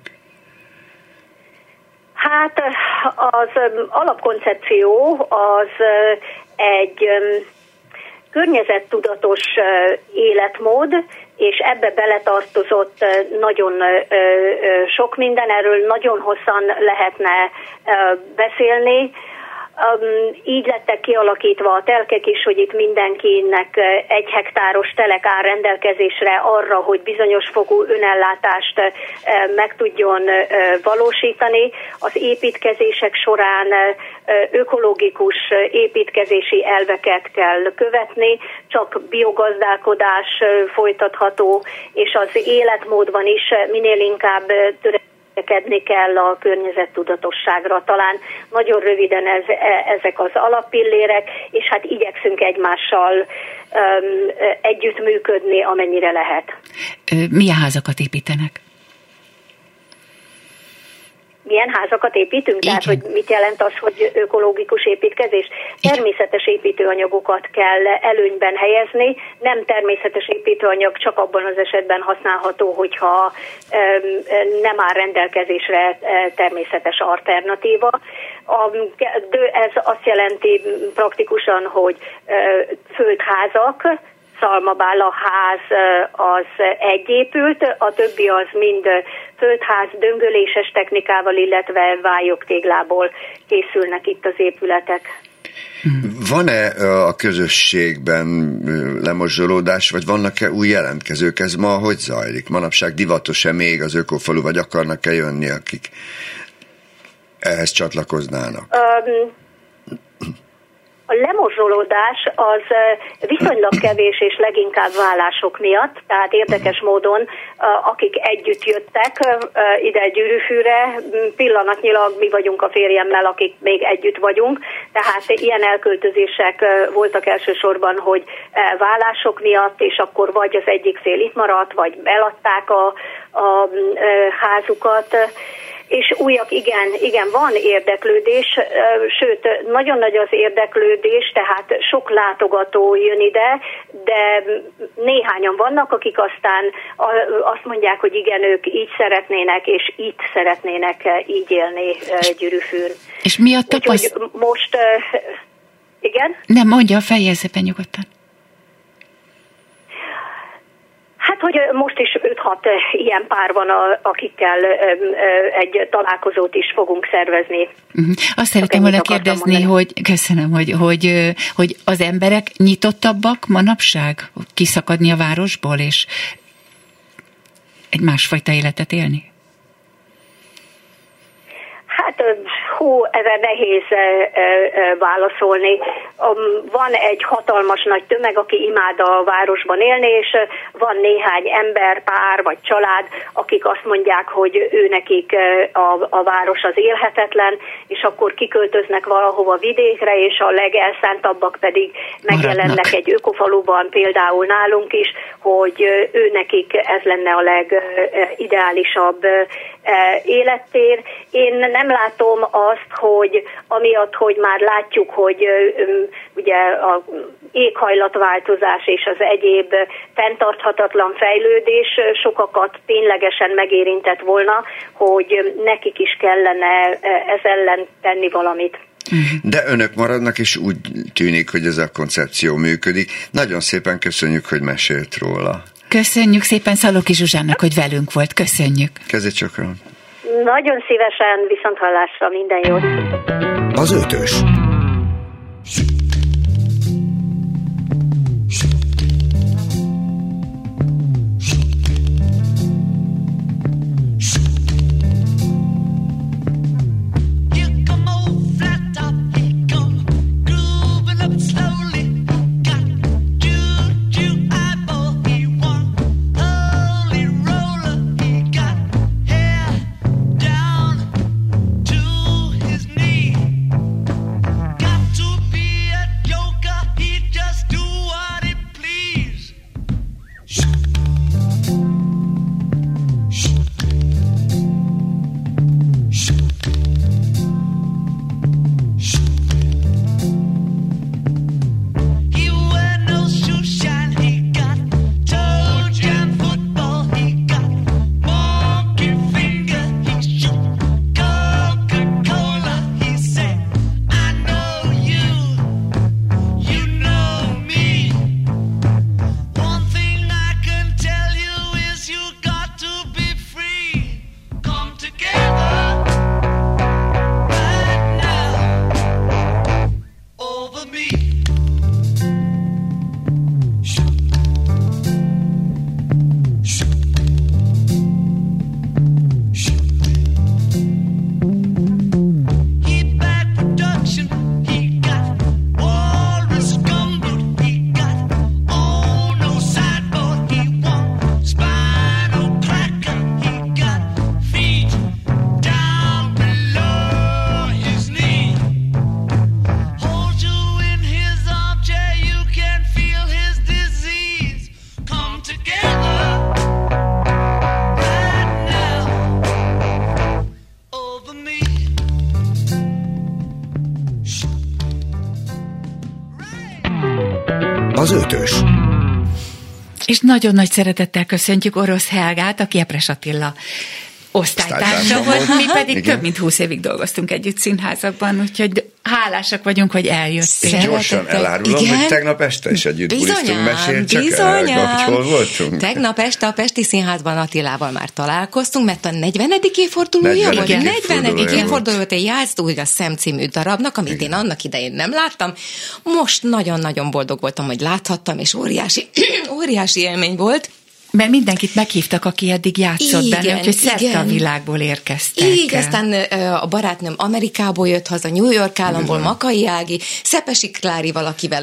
Hát az alapkoncepció az egy környezettudatos életmód, és ebbe beletartozott nagyon sok minden, erről nagyon hosszan lehetne beszélni. Így lettek kialakítva a telkek is, hogy itt mindenkinek 1 hektáros telek áll rendelkezésre arra, hogy bizonyos fokú önellátást meg tudjon valósítani. Az építkezések során ökológikus építkezési elveket kell követni, csak biogazdálkodás folytatható, és az életmódban is minél inkább törekedni kell a környezettudatosságra. Talán nagyon röviden ezek az alappillérek, és hát igyekszünk egymással együttműködni, amennyire lehet. Milyen házakat építenek? Milyen házakat építünk? Tehát, hogy mit jelent az, hogy ökológikus építkezés? Természetes építőanyagokat kell előnyben helyezni. Nem természetes építőanyag csak abban az esetben használható, hogyha nem áll rendelkezésre természetes alternatíva. Ez azt jelenti praktikusan, hogy földházak, szalmabála ház az egyépült, a többi az mind földház döngöléses technikával, illetve vályogtéglából készülnek itt az épületek. Van-e a közösségben lemorzsolódás, vagy vannak-e új jelentkezők? Ez ma hogy zajlik? Manapság divatos-e még az ökofalu, vagy akarnak-e jönni, akik ehhez csatlakoznának? A lemorzsolódás az viszonylag kevés és leginkább vállások miatt, tehát érdekes módon, akik együtt jöttek ide Gyűrűfűre, pillanatnyilag mi vagyunk a férjemmel, akik még együtt vagyunk, tehát ilyen elköltözések voltak elsősorban, hogy vállások miatt, és akkor vagy az egyik fél itt maradt, vagy eladták a házukat. És újak, igen, van érdeklődés, sőt, nagyon nagy az érdeklődés, tehát sok látogató jön ide, de néhányan vannak, akik aztán azt mondják, hogy igen, ők így szeretnének, és itt szeretnének így élni Gyűrűfűn. És mi a tapasztalat? Úgyhogy most, igen? Nem, mondja, fejezze be nyugodtan. Hát, hogy most is 5-6 ilyen pár van, akikkel egy találkozót is fogunk szervezni. Azt szeretném volna kérdezni, hogy az emberek nyitottabbak manapság kiszakadni a városból, és egy másfajta életet élni? Hát, ezzel nehéz válaszolni. Van egy hatalmas nagy tömeg, aki imád a városban élni, és van néhány ember, pár vagy család, akik azt mondják, hogy őnekik a város az élhetetlen, és akkor kiköltöznek valahova vidékre, és a legelszántabbak pedig megjelennek egy ökofaluban, például nálunk is, hogy őnekik ez lenne a legideálisabb élettér. Én nem látom azt, hogy amiatt, hogy már látjuk, hogy ugye a éghajlatváltozás és az egyéb fenntarthatatlan fejlődés sokakat ténylegesen megérintett volna, hogy nekik is kellene ez ellen tenni valamit. De önök maradnak, és úgy tűnik, hogy ez a koncepció működik. Nagyon szépen köszönjük, hogy mesélt róla. Köszönjük szépen Szalóki Zsuzsának, hogy velünk volt. Köszönjük. Kezét csokron. Nagyon szívesen, viszonthallásra, minden jót. Az Ötös. Az Ötös. És nagyon nagy szeretettel köszöntjük Orosz Helgát, aki Epres Attila osztálytársa volt, mi pedig igen, több mint 20 évig dolgoztunk együtt színházakban, úgyhogy hálásak vagyunk, hogy eljöttél. Gyorsan elárulom, hogy tegnap este is együtt bulisztunk, mesél csak el, hogy hol voltunk. Tegnap este a Pesti Színházban Attilával már találkoztunk, mert a 40. évfordulója volt. 40. évfordulója játszódik a Szem című darabnak, amit igen, én annak idején nem láttam. Most nagyon-nagyon boldog voltam, hogy láthattam, és óriási élmény volt. Mert mindenkit meghívtak, aki eddig játszott benne, úgyhogy szerte a világból érkeztek. Így, aztán a barátnőm Amerikából jött haza, New York államból, Makai Ági, Szepesi Klári valakivel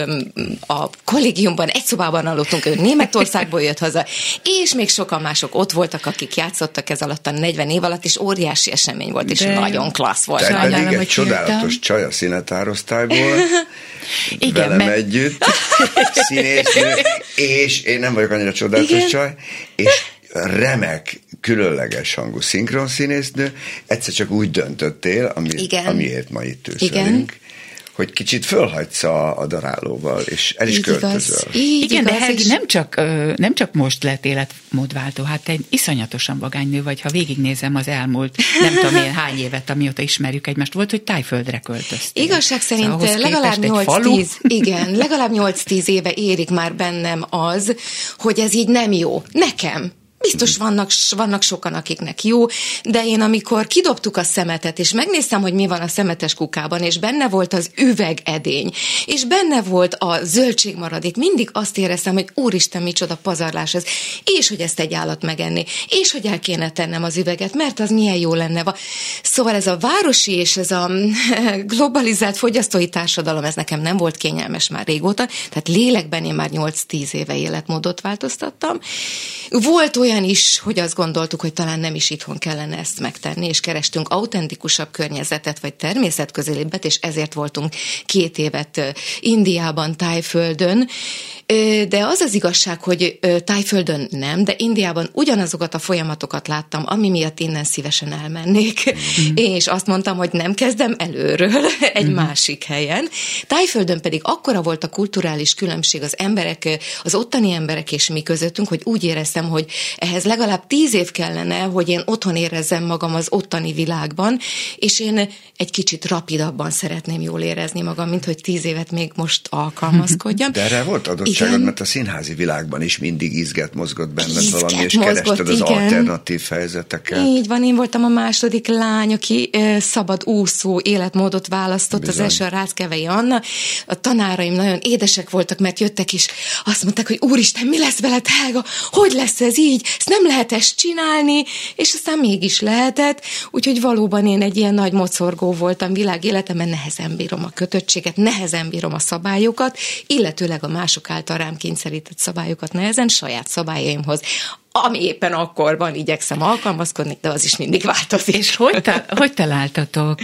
a kollégiumban egy szobában aludtunk, ő Németországból jött haza, és még sokan mások ott voltak, akik játszottak ez alatt a 40 év alatt, és óriási esemény volt, és nagyon klassz volt. Te pedig egy csodálatos csaj a színetárosztályból, velem együtt, színésznő, és én nem vagyok annyira csodálatos csaj, és remek, különleges hangú szinkronszínésznő, egyszer csak úgy döntöttél, amiért ma itt ülsz velünk, hogy kicsit fölhagysz a darálóval, és el is költözöl. Igen, de Helgi nem csak most lett életmódváltó, hát egy iszonyatosan vagány nő vagy, ha végignézem az elmúlt, nem tudom én hány évet, amióta ismerjük egymást, volt, hogy Tájföldre költöztél. Igazság szerint szóval legalább 8-10 éve érik már bennem az, hogy ez így nem jó. Nekem. Biztos vannak sokan, akiknek jó, de én amikor kidobtuk a szemetet, és megnéztem, hogy mi van a szemetes kukában, és benne volt az üvegedény, és benne volt a zöldségmaradék, mindig azt éreztem, hogy úristen, micsoda pazarlás ez, és hogy ezt egy állat megenni, és hogy el kéne tennem az üveget, mert az milyen jó lenne. Szóval ez a városi és ez a globalizált fogyasztói társadalom, ez nekem nem volt kényelmes már régóta, tehát lélekben én már 8-10 éve életmódot változtattam. Volt olyan, olyan is, hogy azt gondoltuk, hogy talán nem is itthon kellene ezt megtenni, és kerestünk autentikusabb környezetet, vagy természetközelibbet, és ezért voltunk 2 évet Indiában, Tájföldön. De az az igazság, hogy Tájföldön nem, de Indiában ugyanazokat a folyamatokat láttam, ami miatt innen szívesen elmennék, és azt mondtam, hogy nem kezdem előről egy másik helyen. Tájföldön pedig akkora volt a kulturális különbség az emberek, az ottani emberek és mi közöttünk, hogy úgy éreztem, hogy ehhez legalább 10 év kellene, hogy én otthon érezzem magam az ottani világban, és én egy kicsit rapidabban szeretném jól érezni magam, mint hogy 10 évet még most alkalmazkodjam. De erre volt adottságod, mert a színházi világban is mindig mozgott benned valami, és kerested az alternatív helyzeteket. Így van, én voltam a második lány, aki szabad úszó életmódot választott. Bizony. Az első a Ráckevei Anna. A tanáraim nagyon édesek voltak, mert jöttek is, azt mondták, hogy úristen, mi lesz veled, Helga? Hogy lesz ez így? Ezt nem lehet ezt csinálni, és aztán mégis lehetett, úgyhogy valóban én egy ilyen nagy mocorgó voltam világéletemben, nehezen bírom a kötöttséget, nehezen bírom a szabályokat, illetőleg a mások által rám kényszerített szabályokat nehezen, saját szabályaimhoz, ami éppen akkor van, igyekszem alkalmazkodni, de az is mindig változik. És hogy találtatok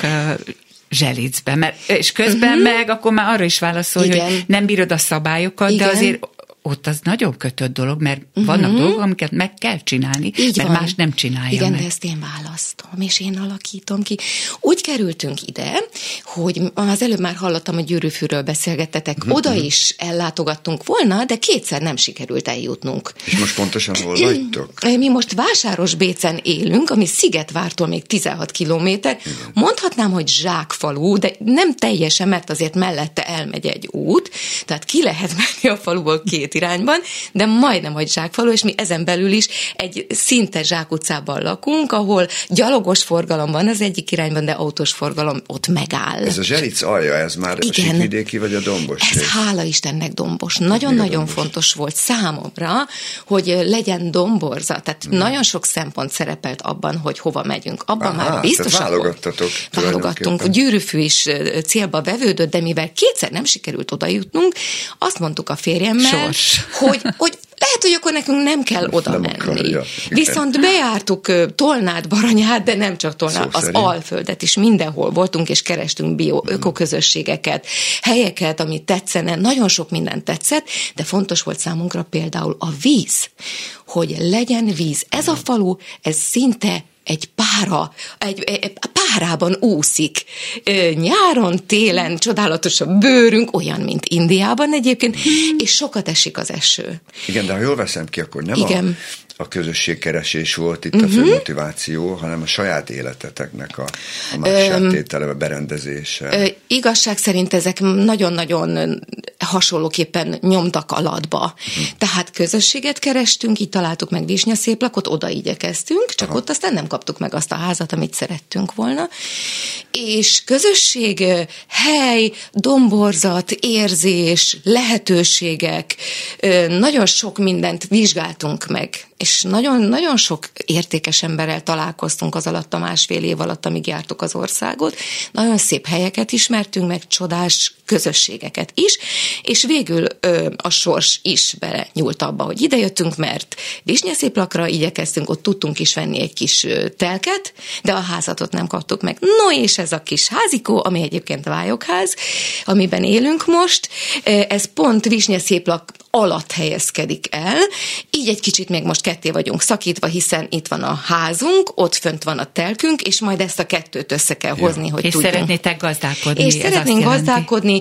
Zselicbe? És közben meg akkor már arra is válaszol, hogy nem bírod a szabályokat, igen. De azért ott az nagyon kötött dolog, mert vannak dolgok, amiket meg kell csinálni, így mert van. Más nem csinálja. Igen, meg. De ezt én választom, és én alakítom ki. Úgy kerültünk ide, hogy az előbb már hallottam, hogy Gyűrűfűről beszélgettetek, oda is ellátogattunk volna, de 2-szer nem sikerült eljutnunk. És most pontosan hol vagytok? Mi most Vásárosbécen élünk, ami Szigetvártól még 16 kilométer. Mondhatnám, hogy zsákfalu, de nem teljesen, mert azért mellette elmegy egy út, tehát ki lehet menni a faluból 2 irányban, de majdnem, hogy zsákfalu, és mi ezen belül is egy szinte zsákutcában lakunk, ahol gyalogos forgalom van az egyik irányban, de autós forgalom ott megáll. Ez a Zselic alja, ez már a síkvidéki vagy a dombos rész? Ez hála Istennek dombos. Nagyon-nagyon fontos volt számomra, hogy legyen domborza, tehát nagyon sok szempont szerepelt abban, hogy hova megyünk. Abban már biztosak válogattunk. Gyűrűfű is célba vevődött, de mivel 2-szer nem sikerült oda jutnunk, azt mondtuk a férjemmel, hogy lehet, hogy akkor nekünk nem kell oda menni. Viszont bejártuk Tolnát, Baranyát, de nem csak Tolnát, az Alföldet is, mindenhol voltunk, és kerestünk ökoközösségeket, helyeket, ami tetszene, nagyon sok minden tetszett, de fontos volt számunkra például a víz, hogy legyen víz. Ez a falu, ez szinte egy párában úszik. Nyáron, télen csodálatos a bőrünk, olyan, mint Indiában egyébként, és sokat esik az eső. Igen, de ha jól veszem ki, akkor nem a közösségkeresés volt itt a fő motiváció, hanem a saját életeteknek a másságtétele, a berendezése. Igazság szerint ezek nagyon-nagyon hasonlóképpen nyomtak alatba. Tehát közösséget kerestünk, így találtuk meg Visnyaszéplakot, oda igyekeztünk, csak ott aztán nem kaptuk meg azt a házat, amit szerettünk volna. És közösség, hely, domborzat, érzés, lehetőségek, nagyon sok mindent vizsgáltunk meg, és nagyon-nagyon sok értékes emberrel találkoztunk az alatt a 1,5 év alatt, amíg jártuk az országot. Nagyon szép helyeket ismertünk meg, csodás közösségeket is, és végül a sors is belenyúlt abba, hogy idejöttünk, mert Visnyaszéplakra igyekeztünk, ott tudtunk is venni egy kis telket, de a házat ott nem kaptuk meg. No, és ez a kis házikó, ami egyébként Vályogház, amiben élünk most, ez pont Visnyaszéplak alatt helyezkedik el, így egy kicsit még most ketté vagyunk szakítva, hiszen itt van a házunk, ott fönt van a telkünk, és majd ezt a kettőt össze kell hozni, hogy és tudjunk. Szeretnétek gazdálkodni. És szeretnénk gazdálkodni.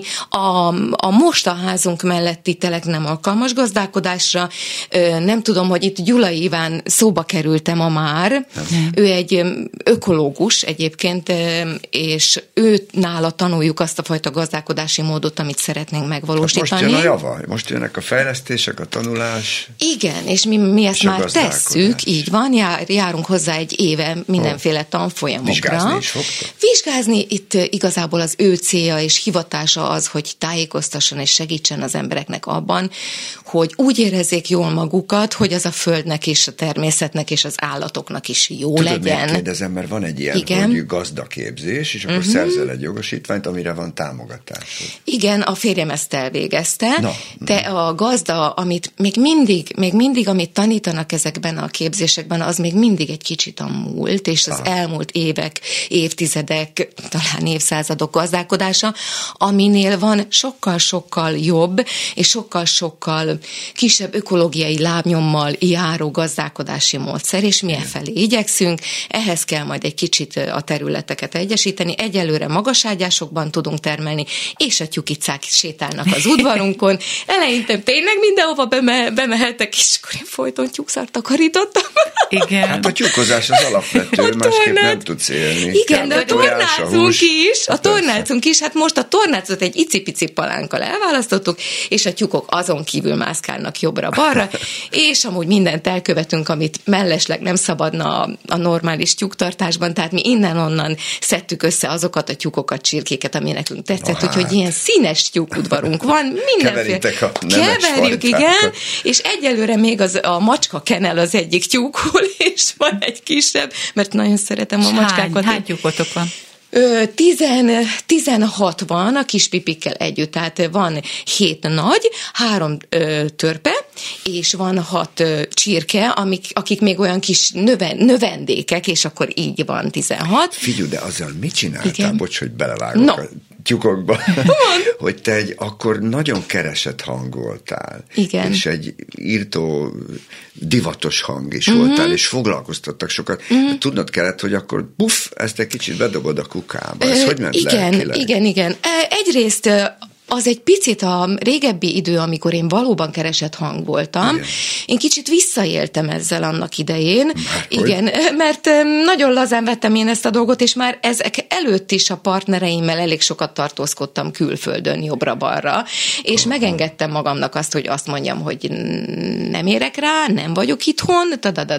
A most a házunk melletti telek nem alkalmas gazdálkodásra. Nem tudom, hogy itt Gyulai Iván szóba kerültem ma már. Ő egy ökológus egyébként, és nála tanuljuk azt a fajta gazdálkodási módot, amit szeretnénk megvalósítani. Hát most jön a java, most jönnek a fejlesztések, a tanulás. Igen, és mi ezt már tesszük, így van, járunk hozzá egy éve mindenféle tanfolyamokra. Vizsgázni is fogtok? Vizsgázni, itt igazából az ő célja és hivatása az, hogy tájékoztasson és segítsen az embereknek abban, hogy úgy érezzék jól magukat, hogy az a földnek és a természetnek és az állatoknak is jó legyen. Tudod, kérdezem, mert van egy ilyen, hogy gazdaképzés, és akkor szerzel egy jogosítványt, amire van támogatásod. Igen, a férjem ezt elvégezte, de a gazda, amit még mindig, amit tanítanak ezekben a képzésekben, az még mindig egy kicsit a múlt, és az elmúlt évek, évtizedek, talán évszázadok gazdálkodása, aminél van sokkal-sokkal jobb, és sokkal-sokkal kisebb ökológiai lábnyommal járó gazdálkodási módszer, és mi efelé igyekszünk. Ehhez kell majd egy kicsit a területeket egyesíteni. Egyelőre magaságyásokban tudunk termelni, és a tyukicák sétálnak az udvarunkon. Eleinte tényleg mindenhova bemehettek, és akkor én folyton tyúkszart takarítottam. Igen. Hát a tyúkozás az alapvető, másképp nem tudsz élni. Igen, de a tornácunk is, hát most a tornácot egy icipici palánkkal elválasztottuk, és a tyúkok azon kívül mászkálnak jobbra-balra, és amúgy mindent elkövetünk, amit mellesleg nem szabadna a normális tyúktartásban, tehát mi innen-onnan szedtük össze azokat a tyúkokat, csirkéket, ami nekünk tetszett, úgyhogy ilyen színes tyúkudvarunk van, mindenféle. Keverjük, igen, és egyelőre még a macska kenel az egyik tyúkul, és van egy kisebb, mert nagyon szeretem a macskákat. Hány tyúkotok van? 16 van a kis pipikkel együtt, tehát van 7 nagy, 3 törpe, és van 6 csirke, akik még olyan kis növendékek, és akkor így van 16. Figyelj, de azzal mit csináltál? Igen. Bocs, hogy belevágok a tyúkokba, hogy te akkor nagyon keresett hang voltál. Igen. És egy írtó, divatos hang is voltál, és foglalkoztattak sokat. Tudnod kellett, hogy akkor ezt egy kicsit bedobod a kukába. Ez hogy ment lelkileg? Igen. Egyrészt az egy picit a régebbi idő, amikor én valóban keresett hang voltam. Igen. Én kicsit visszaéltem ezzel annak idején. Igen, mert nagyon lazán vettem én ezt a dolgot, és már ezek előtt is a partnereimmel elég sokat tartózkodtam külföldön, jobbra-balra, és megengedtem magamnak azt, hogy azt mondjam, hogy nem érek rá, nem vagyok itthon,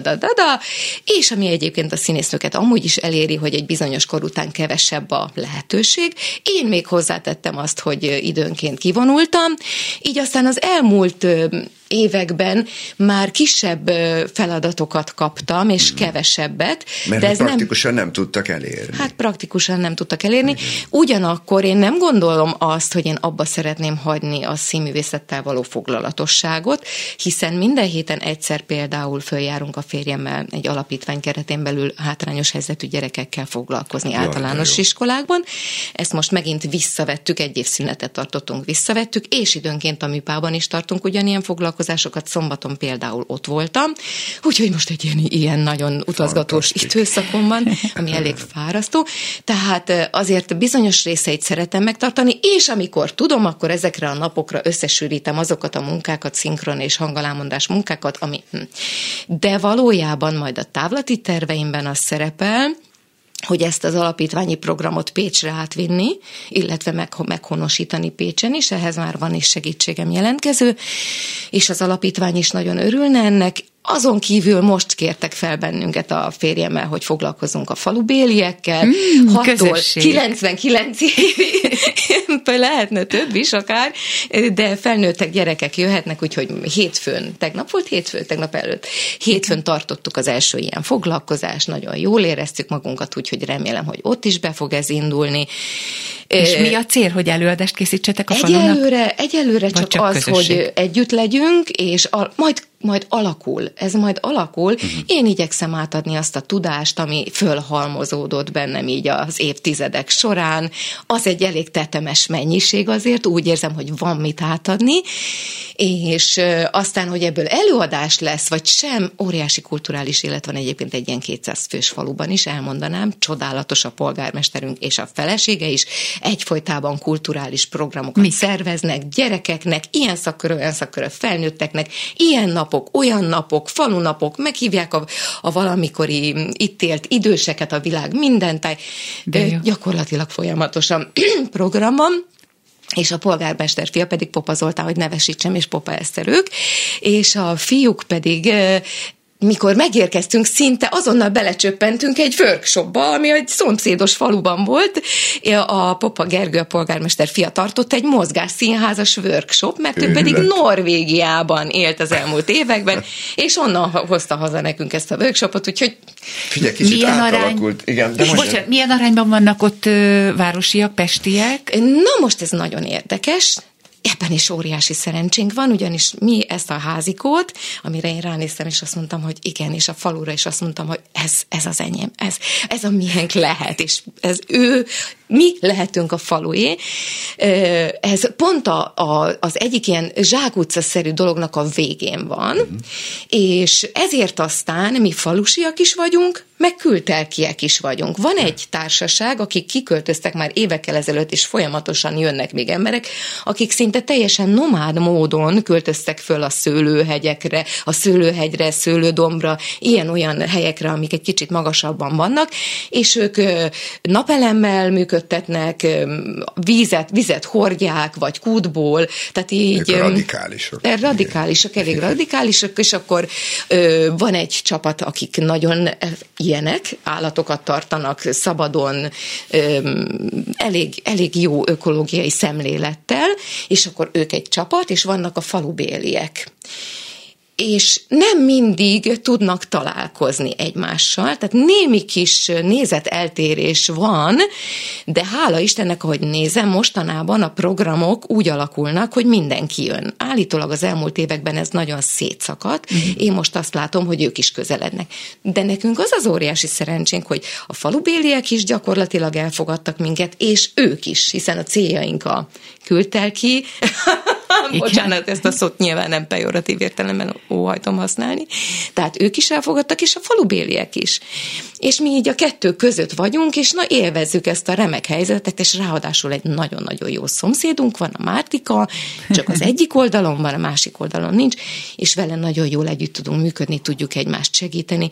és ami egyébként a színésznőket amúgy is eléri, hogy egy bizonyos kor után kevesebb a lehetőség. Én még hozzátettem azt, hogy időnként kivonultam, így aztán az elmúlt években már kisebb feladatokat kaptam, és kevesebbet. Mert de ez praktikusan nem tudtak elérni. Hát praktikusan nem tudtak elérni. Ugyanakkor én nem gondolom azt, hogy én abba szeretném hagyni a színművészettel való foglalatosságot, hiszen minden héten egyszer például följárunk a férjemmel egy alapítvány keretén belül hátrányos helyzetű gyerekekkel foglalkozni általános iskolákban. Ezt most megint visszavettük, egy év szünetet tartottunk, visszavettük, és időnként a műpában is tartunk ugyanilyen foglalkozásokat. Szombaton például ott voltam, úgyhogy most egy ilyen nagyon utazgatós időszakom van, ami elég fárasztó. Tehát azért bizonyos részeit szeretem megtartani, és amikor tudom, akkor ezekre a napokra összesűrítem azokat a munkákat, szinkron és hangalámondás munkákat, ami... De valójában majd a távlati terveimben az szerepel, hogy ezt az alapítványi programot Pécsre átvinni, illetve meghonosítani Pécsen is, ehhez már van is segítségem jelentkező, és az alapítvány is nagyon örülne ennek. Azon kívül most kértek fel bennünket a férjemmel, hogy foglalkozunk a falubéliekkel. 6-tól 99 évig, lehetne több is akár, de felnőttek gyerekek jöhetnek, úgyhogy tegnap előtt hétfőn tartottuk az első ilyen foglalkozást, nagyon jól éreztük magunkat, úgyhogy remélem, hogy ott is be fog ez indulni. És mi a cél, hogy előadást készítsetek a falunak? Egyelőre csak az, közösség? Hogy együtt legyünk, és majd alakul. Ez majd alakul. Én igyekszem átadni azt a tudást, ami fölhalmozódott bennem így az évtizedek során. Az egy elég tetemes mennyiség azért, úgy érzem, hogy van mit átadni, és aztán, hogy ebből előadás lesz, vagy sem, óriási kulturális élet van egyébként egy ilyen 200 fős faluban is, elmondanám, csodálatos a polgármesterünk és a felesége is, egyfolytában kulturális programokat szerveznek gyerekeknek, ilyen szakkörű, olyan szakkörű felnőtteknek, ilyen napok, olyan napok, falunapok, meghívják a valamikori itt élt időseket a világ minden gyakorlatilag folyamatosan programban, és a polgármester fia pedig Popa Zoltán, hogy nevesítsem, és Popa Eszter ők, és a fiúk pedig mikor megérkeztünk, szinte azonnal belecsöppentünk egy workshopba, ami egy szomszédos faluban volt. A Popa Gergő, a polgármester fia tartott egy mozgásszínházas workshop, mert ő pedig Norvégiában élt az elmúlt években, és onnan hozta haza nekünk ezt a workshopot, úgyhogy... Figyelj, kicsit átalakult. Igen, de bocsánat, milyen arányban vannak ott városiak, pestiek? Na most ez nagyon érdekes. ebben is óriási szerencsénk van, ugyanis mi ezt a házikót, amire én ránéztem, és azt mondtam, hogy igen, és a falura is azt mondtam, hogy ez az enyém, ez a miénk lehet, és mi lehetünk a falué. Ez pont az egyik ilyen zsákutca-szerű dolognak a végén van, és ezért aztán mi falusiak is vagyunk, meg kültelkiek is vagyunk. Van egy társaság, akik kiköltöztek már évekkel ezelőtt, és folyamatosan jönnek még emberek, akik szinte teljesen nomád módon költöztek föl a szőlőhegyekre, a szőlőhegyre, szőlődombra, ilyen-olyan helyekre, amik egy kicsit magasabban vannak, és ők napelemmel működtetnek, vizet hordják, vagy kútból, tehát így... Ők radikálisok. Elég radikálisok, és akkor van egy csapat, akik nagyon ilyenek, állatokat tartanak szabadon, elég jó ökológiai szemlélettel, és akkor ők egy csapat, és vannak a falubéliek. És nem mindig tudnak találkozni egymással, tehát némi kis nézeteltérés van, de hála Istennek, ahogy nézem, mostanában a programok úgy alakulnak, hogy mindenki jön. Állítólag az elmúlt években ez nagyon szétszakadt, én most azt látom, hogy ők is közelednek. De nekünk az az óriási szerencsénk, hogy a falubéliek is gyakorlatilag elfogadtak minket, és ők is, hiszen a céljaink a kültelki, bocsánat, ezt a szót nyilván nem pejoratív értelemben óhajtom használni. Tehát ők is elfogadtak, és a falubéliek is. És mi így a kettő között vagyunk, és élvezzük ezt a remek helyzetet, és ráadásul egy nagyon-nagyon jó szomszédunk van, a Mártika, csak az egyik oldalon van, a másik oldalon nincs, és vele nagyon jól együtt tudunk működni, tudjuk egymást segíteni.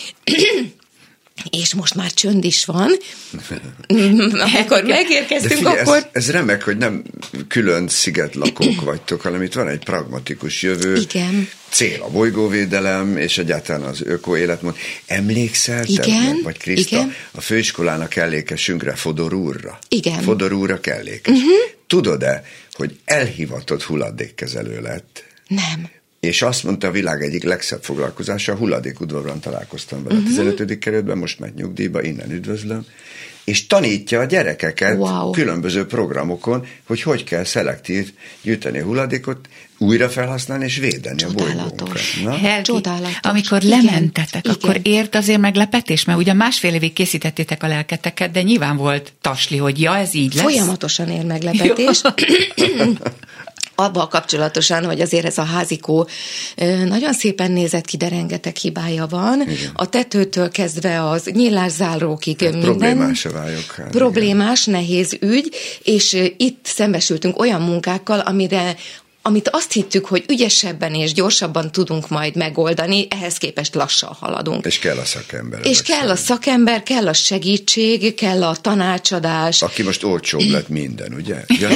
És most már csönd is van. Amikor megérkeztünk, figyelj, akkor... Ez remek, hogy nem külön szigetlakók vagytok, hanem itt van egy pragmatikus jövő. Igen. Cél a bolygóvédelem, és egyáltalán az ökoéletmód. Emlékszel te, vagy Kriszta, a főiskolának kellékesünkre, Fodor úrra? Igen. Fodor úrra kellékes. Tudod-e, hogy elhivatott hulladékkezelő lett? Nem. És azt mondta, a világ egyik legszebb foglalkozása, a hulladékudvarban találkoztam vele a 15. kerületben, most megy nyugdíjba, innen üdvözlöm, és tanítja a gyerekeket különböző programokon, hogy kell szelektív gyűjteni a hulladékot, újra felhasználni és védeni a bolygónkat. Helgi, amikor lementetek, akkor ért azért meglepetés, mert ugye 1,5 évig készítettétek a lelketeket, de nyilván volt tasli, hogy ez így lesz. Folyamatosan ér meglepetés. Abban kapcsolatosan, hogy azért ez a házikó nagyon szépen nézett ki, de rengeteg hibája van. Igen. A tetőtől kezdve az nyílászárókig minden. Problémás a vályok. Problémás, nehéz ügy, és itt szembesültünk olyan munkákkal, amit azt hittük, hogy ügyesebben és gyorsabban tudunk majd megoldani, ehhez képest lassan haladunk. És kell a szakember. És kell a szakember, kell a segítség, kell a tanácsadás. Aki most olcsóbb lett minden, ugye?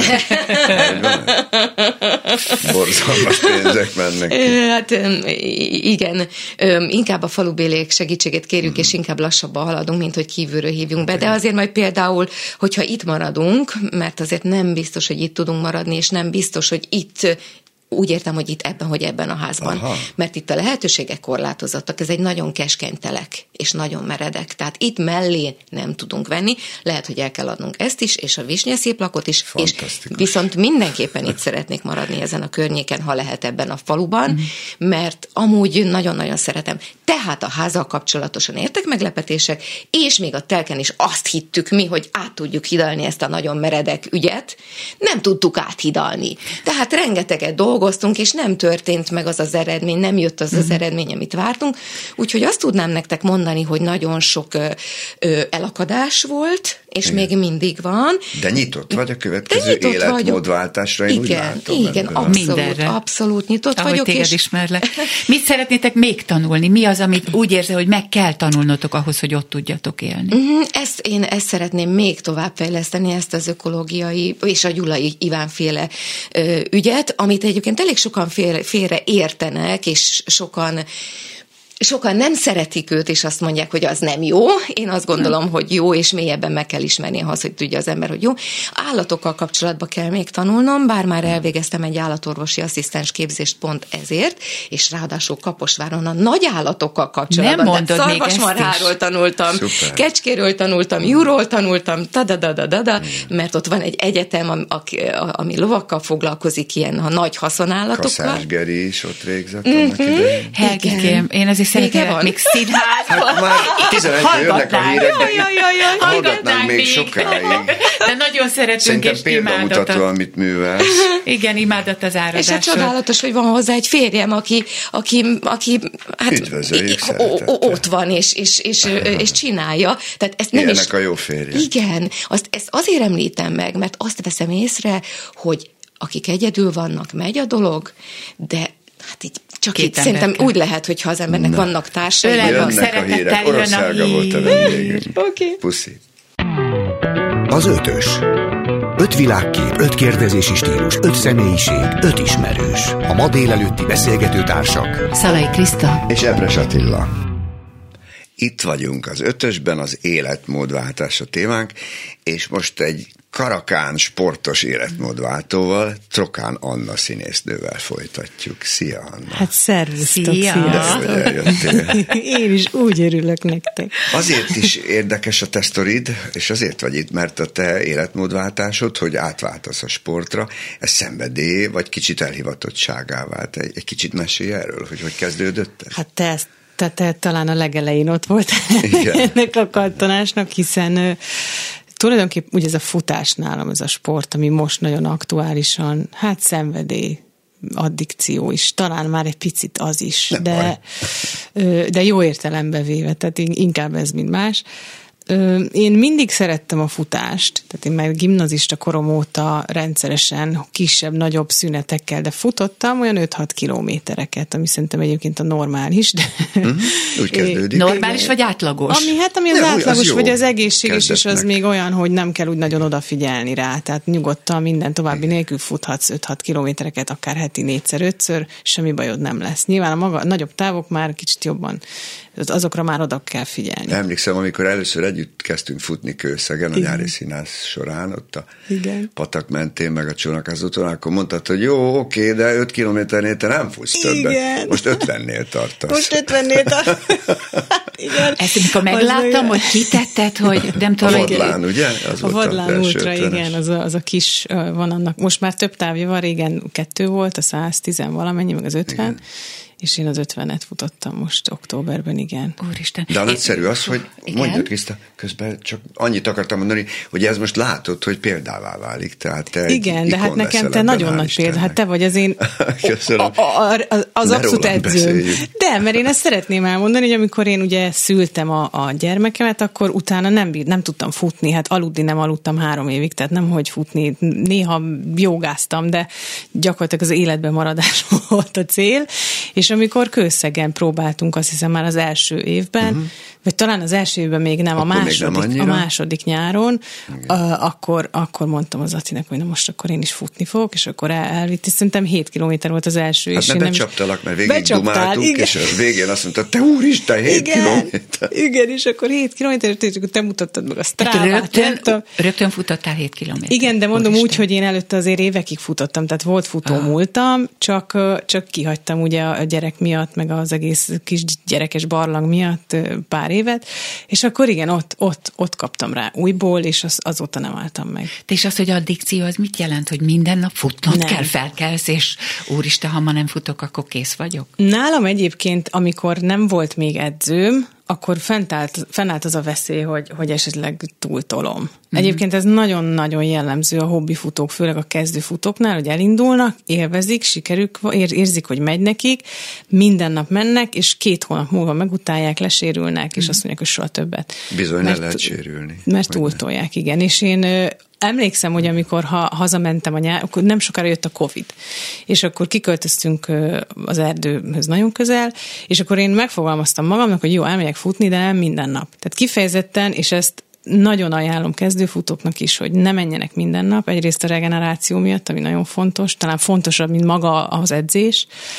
Borzalmas pénzek mennek ki. Hát igen, inkább a falubéliek segítségét kérjük, és inkább lassabban haladunk, mint hogy kívülről hívjunk be. De azért majd például, hogyha itt maradunk, mert azért nem biztos, hogy itt tudunk maradni, és nem biztos, hogy itt úgy értem, hogy itt ebben a házban. Aha. Mert itt a lehetőségek korlátozottak, ez egy nagyon keskeny telek, és nagyon meredek. Tehát itt mellé nem tudunk venni, lehet, hogy el kell adnunk ezt is, és a visnyeszéplakot is, és viszont mindenképpen itt szeretnék maradni ezen a környéken, ha lehet ebben a faluban, mert amúgy nagyon-nagyon szeretem. Tehát a házzal kapcsolatosan értek meglepetések, és még a telken is azt hittük mi, hogy át tudjuk hidalni ezt a nagyon meredek ügyet, nem tudtuk áthidalni. Tehát rengeteget dolgoztunk, és nem történt meg az az eredmény, nem jött az az eredmény, amit vártunk. Úgyhogy azt tudnám nektek mondani, hogy nagyon sok elakadás volt, és igen, még mindig van. De nyitott vagy a következő életmódváltásra, én úgy látom. Igen, abszolút nyitott ahogy vagyok. Téged ismerlek. Mit szeretnétek még tanulni? Mi az, amit úgy érzel, hogy meg kell tanulnotok ahhoz, hogy ott tudjatok élni? Én ezt szeretném még továbbfejleszteni, ezt az ökológiai és a Gyulai Iván-féle ügyet, amit egyébként elég sokan félre értenek, és sokan sokan nem szeretik őt, és azt mondják, hogy az nem jó. Én azt gondolom, hogy jó, és mélyebben meg kell ismerni ahhoz, hogy tudja az ember, hogy jó. Állatokkal kapcsolatban kell még tanulnom, bár már elvégeztem egy állatorvosi asszisztens képzést pont ezért, és ráadásul Kaposváron a nagy állatokkal kapcsolatban. Nem mondod, szarvasmarháról tanultam, kecskéről tanultam, juhról tanultam, mert ott van egy egyetem, ami lovakkal foglalkozik, ilyen a nagy haszonállatokról. Kaszás Geri is ott végzett annak idején. Helgikém, én azért szeretném még színházba. Hát már 11-től jönnek a hírek, de hallgatnánk még sokáig. De nagyon szeretünk, szerintem és példamutató, amit művelsz. Igen, imádat az áradásod. És hát csodálatos, hogy van hozzá egy férjem, aki hát ott van, és csinálja. Tehát ezt nem ilyenek a jó férje. Igen, ezt azért említem meg, mert azt veszem észre, hogy akik egyedül vannak, megy a dolog, de hát így csak itt szerintem úgy lehet, hogyha az embernek vannak társai. Jönnek a hírek. Oroszálga volt a vendégünk. Puszi. Az ötös. 5 világkép, 5 kérdezési stílus, 5 személyiség, 5 ismerős. A ma délelőtti beszélgető társak Szalai Kriszta és Epres Attila. Itt vagyunk az ötösben, az életmódváltás a témánk, és most egy karakán sportos életmódváltóval, Trokán Anna színésznővel folytatjuk. Szia, Anna! Hát szervusztok, sziasztok! Én is úgy örülök nektek. Azért is érdekes a te sztorid, és azért vagy itt, mert a te életmódváltásod, hogy átváltasz a sportra, ez szenvedély, vagy kicsit elhivatottságá vált. Egy kicsit mesélj erről, hogy kezdődött ez? Hát te talán a legelején ott volt ennek a kattanásnak, hiszen tulajdonképpen ugye ez a futás nálam, ez a sport, ami most nagyon aktuálisan, hát szenvedély, addikció is, talán már egy picit az is, de jó értelembe véve, tehát inkább ez, mint más. Én mindig szerettem a futást, tehát én már gimnazista korom óta rendszeresen kisebb-nagyobb szünetekkel, de futottam olyan 5-6 kilométereket, ami szerintem egyébként a normális. De úgy kezdődik. Normális vagy átlagos? Ami az átlagos, vagy az egészséges, és az még olyan, hogy nem kell úgy nagyon odafigyelni rá, tehát nyugodtan minden további nélkül futhatsz 5-6 kilométereket, akár heti 4-5-ször, semmi bajod nem lesz. Nyilván a nagyobb távok már kicsit jobban, azokra már oda kell figyelni. Emlékszem, amikor először együtt kezdtünk futni Kőszegen, a nyári színház során, ott a patak mentén, meg a Csónakázúton, akkor mondtad, hogy jó, oké, de 5 kilométernél te nem futsz többet. Most 50-nél tartasz. Most 50-nél tartasz. Igen. Ezt amikor megláttam, hogy kitetted, hogy nem tudom. A Vadlán, ugye? A Vadlán Ultra, igen, az a kis van annak. Most már több távja van, régen 2 volt, a 110 valamennyi, meg az 50. Igen. És én az 50-et futottam most októberben, igen. Úristen. De a nagyszerű az, hogy mondjuk, Kriszta, közben csak annyit akartam mondani, hogy ez most látod, hogy példává válik. Tehát te igen, de hát nekem te nagyon nagy példa. Hát te vagy az én az abszolút edzőm. De, mert én ezt szeretném elmondani, hogy amikor én ugye szültem a gyermekemet, akkor utána nem tudtam futni. Hát aludni nem aludtam 3 évig, tehát nem hogy futni. Néha jogáztam, de gyakorlatilag az életben maradás volt a cél. És amikor Kőszegen próbáltunk, azt hiszem már az első évben, vagy talán az első évben még nem, a második nyáron, akkor mondtam az Attinak, hogy na most akkor én is futni fogok, és akkor elvitt, és szerintem 7 kilométer volt az első. Hát mert becsaptalak, mert végig dumáltunk, és a végén azt mondta, te úristen, 7 kilométer. Igen, és akkor 7 kilométer, és akkor te mutattad meg a Strávát. Rögtön futottál 7 kilométer. Igen, de mondom úgy, hogy én előtte azért évekig futottam, tehát volt futó múltam, csak kihagytam ugye a gyerek miatt, meg az egész kis gyerekes barlang miatt pár évet, és akkor igen, ott kaptam rá újból, és azóta nem álltam meg. És az, hogy addikció, az mit jelent, hogy minden nap futnod kell, felkelsz, és úristen, ha ma nem futok, akkor kész vagyok? Nálam egyébként, amikor nem volt még edzőm, akkor fennállt az a veszély, hogy esetleg túltolom. Egyébként ez nagyon-nagyon jellemző a hobbifutók, főleg a kezdőfutóknál, hogy elindulnak, élvezik, sikerük, érzik, hogy megy nekik, minden nap mennek, és 2 hónap múlva megutálják, lesérülnek, és azt mondják, hogy soha többet. Bizony, nem lehet sérülni. Mert túltolják, igen. És én emlékszem, hogy amikor hazamentem a nyár, akkor nem sokára jött a Covid, és akkor kiköltöztünk az erdőhöz nagyon közel, és akkor én megfogalmaztam magamnak, hogy jó, elmegyek futni, de nem minden nap. Tehát kifejezetten, és ezt nagyon ajánlom kezdőfutóknak is, hogy ne menjenek minden nap, egyrészt a regeneráció miatt, ami nagyon fontos, talán fontosabb, mint maga az edzés,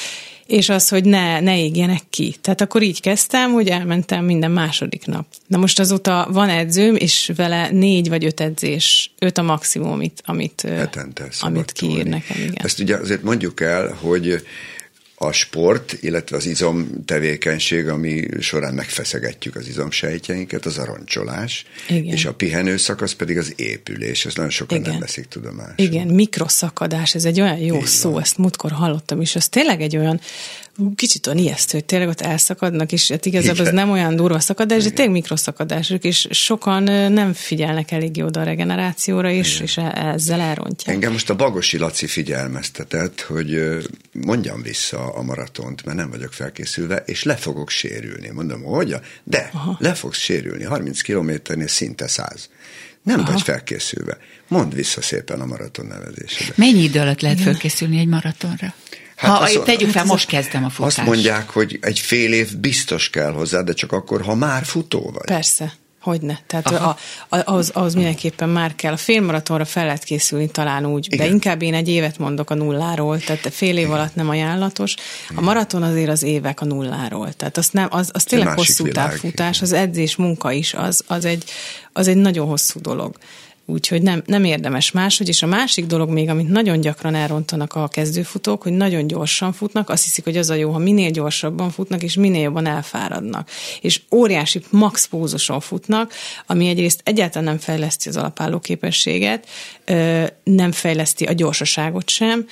és az, hogy ne égjenek ki. Tehát akkor így kezdtem, hogy elmentem minden második nap. Na most azóta van edzőm, és vele 4 vagy 5 edzés, 5 a maximum, amit kiír nekem. Igen. Ezt ugye azért mondjuk el, hogy a sport, illetve az izomtevékenység, ami során megfeszegetjük az izomsejtjeinket, az a roncsolás, és a pihenő szakasz pedig az épülés. Ezt nagyon sokan nem veszik tudomásul. Igen, mikroszakadás, ez egy olyan jó szó, ezt múltkor hallottam is, ez tényleg egy olyan kicsit olyan ijesztő, hogy tényleg ott elszakadnak, és hát igazából ez nem olyan durva szakadás, de tényleg mikroszakadások, és sokan nem figyelnek eléggé oda a regenerációra, és ezzel elrontják. Engem most a Bagosi Laci figyelmeztetett, hogy mondjam vissza a maratont, mert nem vagyok felkészülve, és le fogok sérülni. Mondom, hogy? De le fogsz sérülni, 30 kilométernél szinte 100. Nem vagy felkészülve. Mondd vissza szépen a maraton nevezésedet. Mennyi idő alatt lehet felkészülni egy maratonra? Tegyük fel, most kezdem a futást. Azt mondják, hogy egy fél év biztos kell hozzá, de csak akkor, ha már futó vagy. Persze. Hogyne. Tehát ahhoz mindenképpen már kell. A félmaratonra fel lehet készülni talán úgy, de inkább én egy évet mondok a nulláról, tehát fél év alatt nem ajánlatos. A maraton azért az évek a nulláról. Tehát az tényleg hosszú távfutás, az edzés munka is, az egy nagyon hosszú dolog. Úgyhogy nem érdemes máshogy, és a másik dolog még, amit nagyon gyakran elrontanak a kezdőfutók, hogy nagyon gyorsan futnak, azt hiszik, hogy az a jó, ha minél gyorsabban futnak, és minél jobban elfáradnak. És óriási max pózuson futnak, ami egyrészt egyáltalán nem fejleszti az alapálló képességet, nem fejleszti a gyorsaságot sem.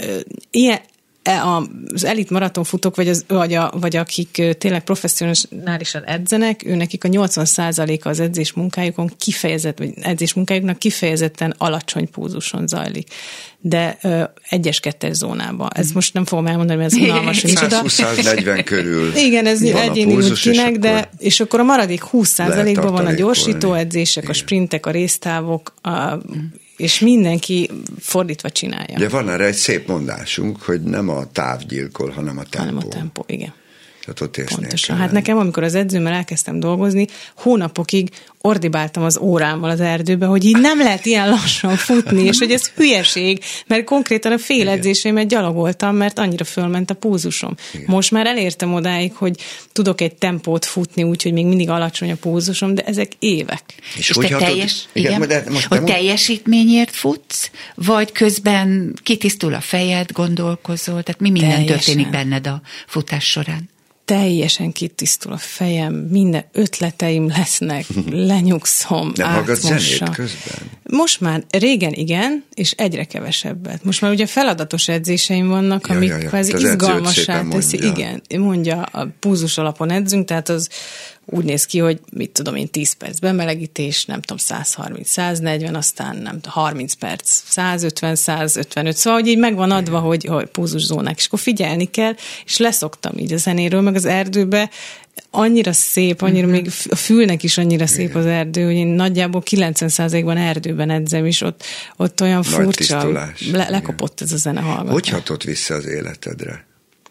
Az elit maratonfutók, vagy akik tényleg professzionálisan edzenek, nekik a 80%-a az edzés munkájukon kifejezetten alacsony pózuson zajlik. De 1-2-es zónában. Ez most nem fogom elmondani, mert ez unalmas. 120-140 körül. Igen, ez egyéni útkinek, és akkor a maradék 20%-ban van a gyorsító edzések, a sprintek, a résztávok, és mindenki fordítva csinálja. De van erre egy szép mondásunk, hogy nem a táv gyilkol, hanem a tempó. Hanem a tempó, igen. Tehát ott pontosan. Hát nekem, amikor az edzőmmel elkezdtem dolgozni, hónapokig ordibáltam az órámmal az erdőbe, hogy így nem lehet ilyen lassan futni, és hogy ez hülyeség, mert konkrétan a fél edzéseimet gyalogoltam, mert annyira fölment a pózusom. Igen. Most már elértem odáig, hogy tudok egy tempót futni, úgyhogy még mindig alacsony a pózusom, de ezek évek. És te teljesítményért futsz, vagy közben kitisztul a fejed, gondolkozol, tehát mi minden történik benned a futás során? Teljesen kitisztul a fejem, minden ötleteim lesznek, lenyugszom, de hallgatsz zenét közben? Most már régen igen, és egyre kevesebbet. Most már ugye feladatos edzéseim vannak, amik kvázi izgalmassá teszi. Igen, mondja, a pulzus alapon edzünk, tehát az úgy néz ki, hogy mit tudom én, 10 perc bemelegítés, nem tudom, 130-140, aztán nem tudom, 30 perc, 150-155, szóval, hogy így megvan adva, hogy pulzuszónák, és akkor figyelni kell, és leszoktam így a zenéről, meg az erdőbe, annyira szép, annyira még a fülnek is annyira szép az erdő, hogy én nagyjából 90%-ban erdőben edzem, és ott olyan furcsa, lekopott ez a zene hallgatás. Hogy hatott vissza az életedre?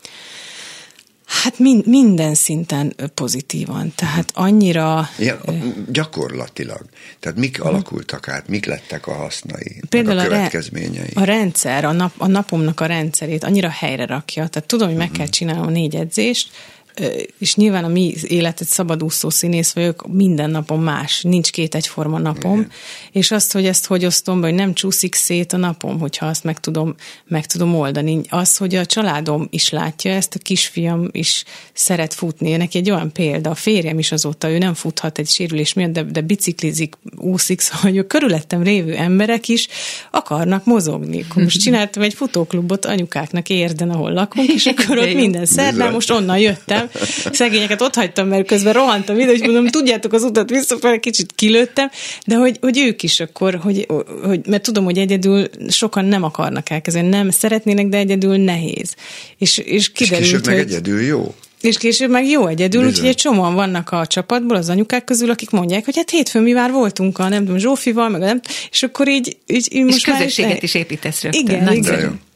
Hát minden szinten pozitívan, tehát annyira... Ja, gyakorlatilag. Tehát mik alakultak át, mik lettek a hasznai, például a következményei? A rendszer, a napomnak a rendszerét annyira helyre rakja. Tehát tudom, hogy meg kell csinálnom 4 edzést, és nyilván a mi életet szabadúszó színész vagyok, minden napon más, nincs 2 egyforma napom, és azt, hogy ezt hogy osztom be, hogy nem csúszik szét a napom, hogyha azt meg tudom oldani. Az, hogy a családom is látja ezt, a kisfiam is szeret futni. Neki egy olyan példa, a férjem is azóta, ő nem futhat egy sérülés miatt, de biciklizik, úszik, szóval, hogy a körülöttem lévő emberek is akarnak mozogni. Akkor most csináltam egy futóklubot anyukáknak Érden, ahol lakunk, és akkor ott minden szerdán, most onnan jöttem, szegényeket ott hagytam, mert közben rohantam ide, és mondom, tudjátok az utat visszafele, kicsit kilőttem, de hogy ők is akkor, hogy mert tudom, hogy egyedül sokan nem akarnak elkezdeni, nem szeretnének, de egyedül nehéz. És kiderült, és később meg egyedül jó. És később meg jó egyedül, úgyhogy egy csomóan vannak a csapatból, az anyukák közül, akik mondják, hogy hát hétfőn mi már voltunk a nem tudom, Zsófival, meg a nem, és akkor így most és közösséget is építesz rögtön. Igen.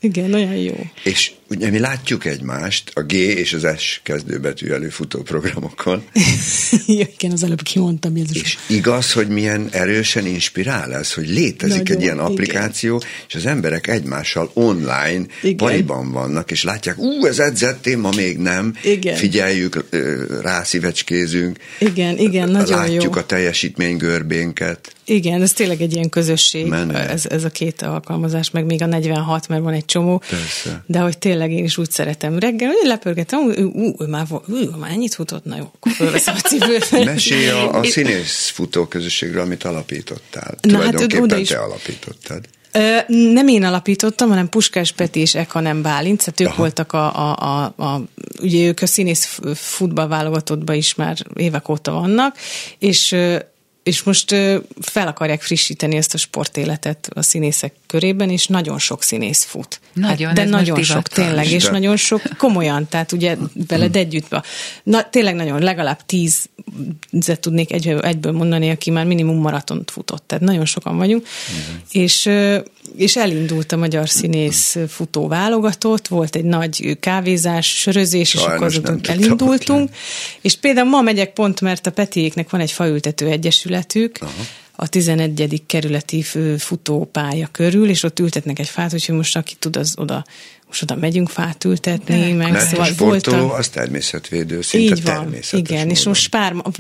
Igen, nagyon jó. És ugye mi látjuk egymást a G és az S kezdőbetű előfutó programokon. Igen, az előbb kimondtam. És igaz, hogy milyen erősen inspirál ez, hogy létezik nagyon, egy ilyen applikáció, igen. És az emberek egymással online pariban vannak, és látják, ez edzett, én ma még nem, igen. Figyeljük, rászívecskézünk, igen, nagyon látjuk jó. a teljesítménygörbénket. Igen, ez tényleg egy ilyen közösség, ez a két alkalmazás, meg még a 46, mert van egy csomó. Persze. De hogy tényleg én is úgy szeretem. Reggel lepörgetem, már ennyit futott, na jó, akkor fölveszem a cipőt. Mesélj a színész futóközösségről, amit alapítottál. Tulajdonképpen te alapítottad. Nem én alapítottam, hanem Puskás Peti és Ekanem Bálint, tehát ők voltak ugye ők a színész futballválogatottban is már évek óta vannak, és most fel akarják frissíteni ezt a sportéletet a színészek körében, és nagyon sok színész fut. Nagyon, de nagyon sok, tényleg, és nagyon sok komolyan, tehát ugye veled együtt. Tényleg nagyon, legalább 10 tudnék egyből mondani, aki már minimum maratont futott. Tehát nagyon sokan vagyunk. És elindult a magyar színész futó válogatott, volt egy nagy kávézás, sörözés, és akkor elindultunk. És például ma megyek pont, mert a Petiéknek van egy faültető egyesületük, a 11. kerületi futópálya körül, és ott ültetnek egy fát, úgyhogy most aki tud, az oda megyünk fát ültetni. Meg mert szóval a sportoló az természetvédő, szinte természetes. Igen, módon. És most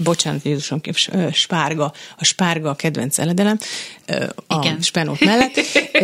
spárga a kedvenc eledelem, a spenót mellett,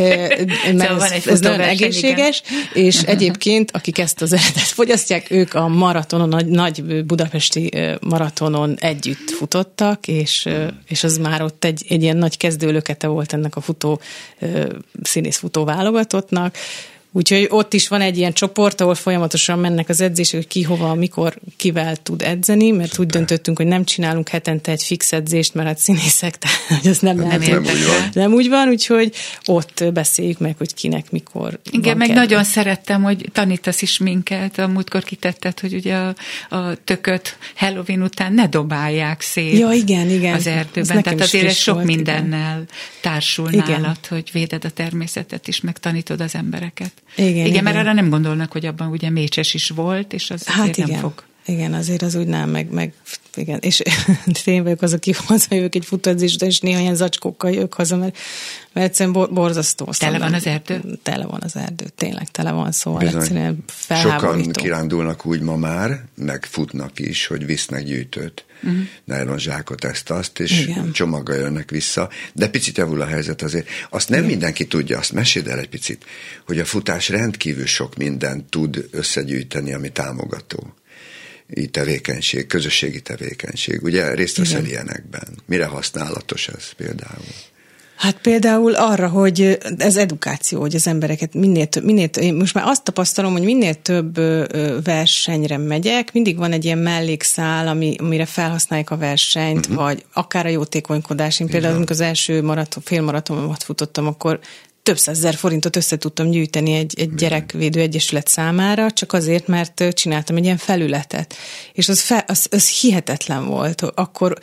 mert ez nagyon egészséges, igen. És egyébként, akik ezt az eledet fogyasztják, ők a maratonon, a nagy budapesti maratonon együtt futottak, és az már ott egy ilyen nagy kezdőlökete volt ennek a színész futó válogatottnak. Úgyhogy ott is van egy ilyen csoport, ahol folyamatosan mennek az edzések, hogy ki hova, mikor, kivel tud edzeni, mert Szuper. Úgy döntöttünk, hogy nem csinálunk hetente egy fix edzést, mert hát színészek, tehát hogy az nem lehet. Nem úgy van, úgyhogy ott beszéljük meg, hogy kinek, mikor. Igen, meg kedve. Nagyon szerettem, hogy tanítasz is minket, a múltkor kitetted, hogy ugye a tököt Halloween után ne dobálják szét igen. Az erdőben. Tehát azért sok mindennel társul nálad, hogy véded a természetet is, meg tanítod az embereket. Igen, mert arra nem gondolnak, hogy abban ugye mécses is volt, és az azért nem fog. Igen, azért az úgy nem, meg igen, és én vagyok az, aki hazajövök egy futóedzésre, és néha ilyen zacskókkal jövök haza, mert egyszerűen borzasztó. Tele van az erdő? Tele van az erdő, tényleg tele van, szóval bizony, egyszerűen felháborító. Sokan kirándulnak úgy ma már, meg futnak is, hogy visznek gyűjtőt, nylonzsákot, ezt-azt, és igen. Csomaggal jönnek vissza, de picit javul a helyzet azért. Azt nem mindenki tudja, azt meséld el egy picit, hogy a futás rendkívül sok mindent tud összegyűjteni, ami támogató. Tevékenység, közösségi tevékenység. Ugye részt veszel ilyenekben. Mire használatos ez például? Hát például arra, hogy ez edukáció, hogy az embereket minél több, én most már azt tapasztalom, hogy minél több versenyre megyek, mindig van egy ilyen mellékszál, amire felhasználják a versenyt, vagy akár a jótékonykodás. Én például, amikor az első félmaratonomat futottam, akkor több 100 000 forintot össze tudtam gyűjteni egy gyerekvédő egyesület számára, csak azért, mert csináltam egy ilyen felületet. És az hihetetlen volt. Akkor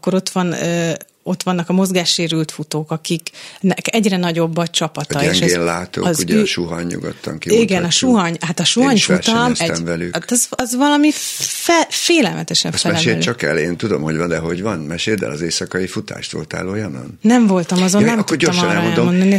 ott vannak a mozgássérült futók, akiknek egyre nagyobb a csapata. A gyengén látók, ugye a suhany nyugodtan kimondhatjuk. Igen, a suhany futam, az valami félelmetesen felemelő. Meséld csak el, én tudom, hogy van, de hogy van? Meséld el az éjszakai futást, voltál olyanon? Nem voltam azon, nem tudtam arra elmondani.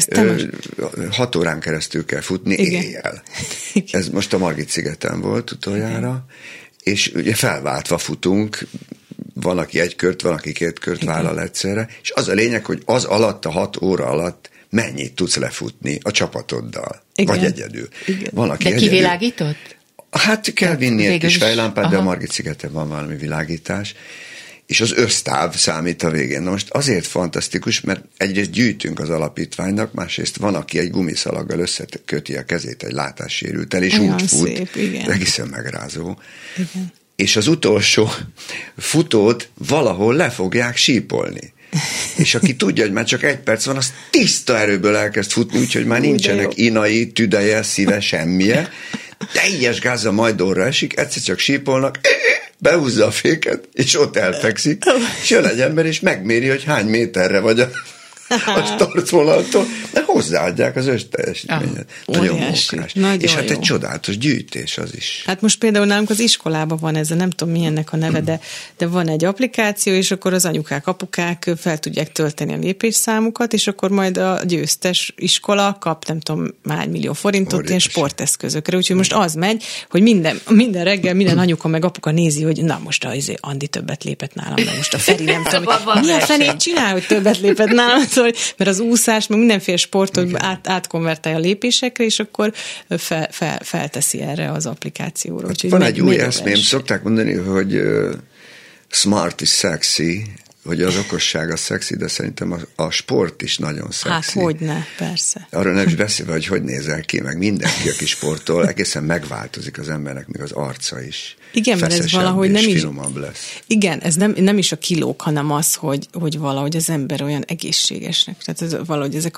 6 órán keresztül kell futni éjjel. Ez most a Margit-szigeten volt utoljára, és ugye felváltva futunk, van, aki 1 kört, van, aki 2 kört vállal egyszerre, és az a lényeg, hogy az alatt, a 6 óra alatt mennyit tudsz lefutni a csapatoddal, vagy egyedül. Van, aki de kivilágított? Hát kell vinni egy kis fejlámpát, de a Margit-szigeten van valami világítás, és az össztáv számít a végén. Na most azért fantasztikus, mert egyrészt gyűjtünk az alapítványnak, másrészt van, aki egy gumiszalaggal összeköti a kezét egy látássérültel, és úgy fut, egészen megrázó. Igen. És az utolsó futót valahol le fogják sípolni. És aki tudja, hogy már csak 1 perc van, az tiszta erőből elkezd futni, úgyhogy már nincsenek inai, tüdeje, szíve, semmije. Teljes gázzal majd orra esik, egyszer csak sípolnak, behúzza a féket, és ott elfekszik, és jön egy ember, és megméri, hogy hány méterre vagy a startvonattól, de hozzáadják az összteljesítményet. Nagyon mókás. És hát egy csodálatos gyűjtés az is. Hát most például nálunk az iskolában van ez, nem tudom milyennek a neve, de van egy applikáció, és akkor az anyukák, apukák fel tudják tölteni a lépésszámukat, és akkor majd a győztes iskola kap, nem tudom, már 1 millió forintot ilyen sporteszközökre. Úgyhogy most az megy, hogy minden reggel, minden anyuka meg apuka nézi, hogy na most az Andi többet lépett nálam, de most a Feri nem tudom, milyen fenét csinál, hogy többet lépett nálam, mert az úszás, meg mindenféle sportot átkonvertálja a lépésekre, és akkor felteszi erre az applikációra. Hát van egy új eszmém, szokták mondani, hogy smart is sexy, hogy az okosság a szexi, de szerintem a sport is nagyon szexi. Hát hogyne, persze. Arról nem is beszélve, hogy nézel ki, meg mindenki, aki sportol, egészen megváltozik az embernek, még az arca is. Igen, mert ez valahogy nem is lesz. Igen, ez nem is a kilók, hanem az, hogy valahogy az ember olyan egészségesnek. Tehát ez, valahogy ezek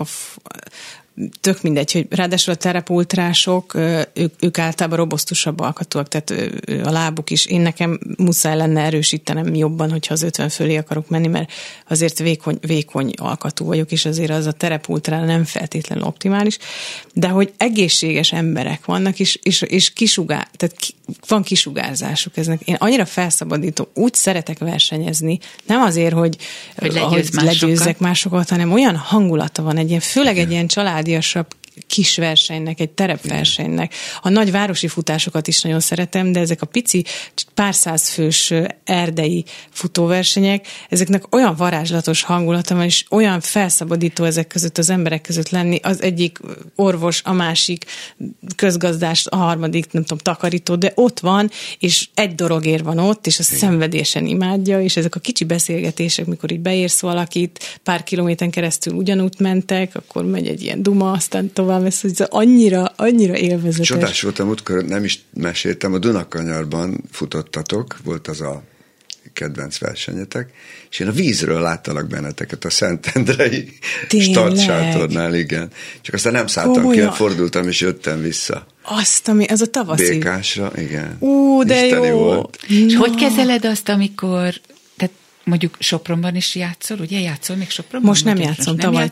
tök mindegy, hogy ráadásul a terepultrások, ők általában robosztusabb alkatúak, tehát a lábuk is. Én nekem muszáj lenne erősítenem jobban, hogyha az 50 fölé akarok menni, mert azért vékony alkatú vagyok, és azért az a terepultrán nem feltétlenül optimális, de hogy egészséges emberek vannak, és tehát van kisugárzásuk eznek. Én annyira felszabadító, úgy szeretek versenyezni, nem azért, hogy legyőzzek másokat, hanem olyan hangulata van főleg egy ilyen családiasabb kis versenynek, egy terepversenynek. A nagy városi futásokat is nagyon szeretem, de ezek a pici, pár száz fős erdei futóversenyek, ezeknek olyan varázslatos hangulata van, és olyan felszabadító ezek között az emberek között lenni. Az egyik orvos, a másik közgazdás, a harmadik, nem tudom, takarító, de ott van, és egy dorogér van ott, és azt szenvedésen imádja, és ezek a kicsi beszélgetések, mikor így beérsz valakit, pár kilométeren keresztül ugyanúgy mentek, akkor megy egy ilyen duma, aztán tovább, ez annyira élvezetes. Csodás voltam, útkor nem is meséltem, a Dunakanyarban futottatok, volt az a kedvenc versenyetek, és én a vízről láttalak benneteket a Szentendrei startsátornál, igen. Csak aztán nem szálltam ki, fordultam és jöttem vissza. Az a tavaszi. Békásra, igen. De Isteni jó. volt. És hogy kezeled azt, amikor mondjuk Sopronban is játszol, ugye? Játszol még Sopronban? Most nem játszom, tavaly.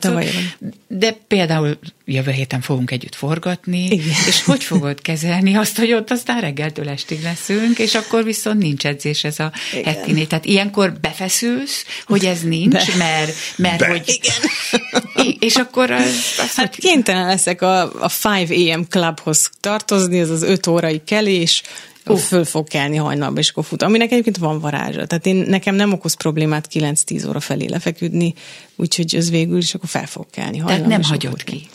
De például jövő héten fogunk együtt forgatni, igen. És hogy fogod kezelni azt, hogy ott aztán reggeltől estig leszünk, és akkor viszont nincs edzés ez a hetiné. Tehát ilyenkor befeszülsz, hogy ez nincs, mert hogy... Igen. És akkor hát kénytelen leszek a 5 AM Clubhoz tartozni, ez az 5 órai kelés, föl fog kelni hajnalba, és akkor fut. Aminek egyébként van varázsa. Tehát nekem nem okoz problémát 9-10 óra felé lefeküdni, úgyhogy ez végül is akkor fel fog kelni hajnalba. Tehát nem hagyod ki.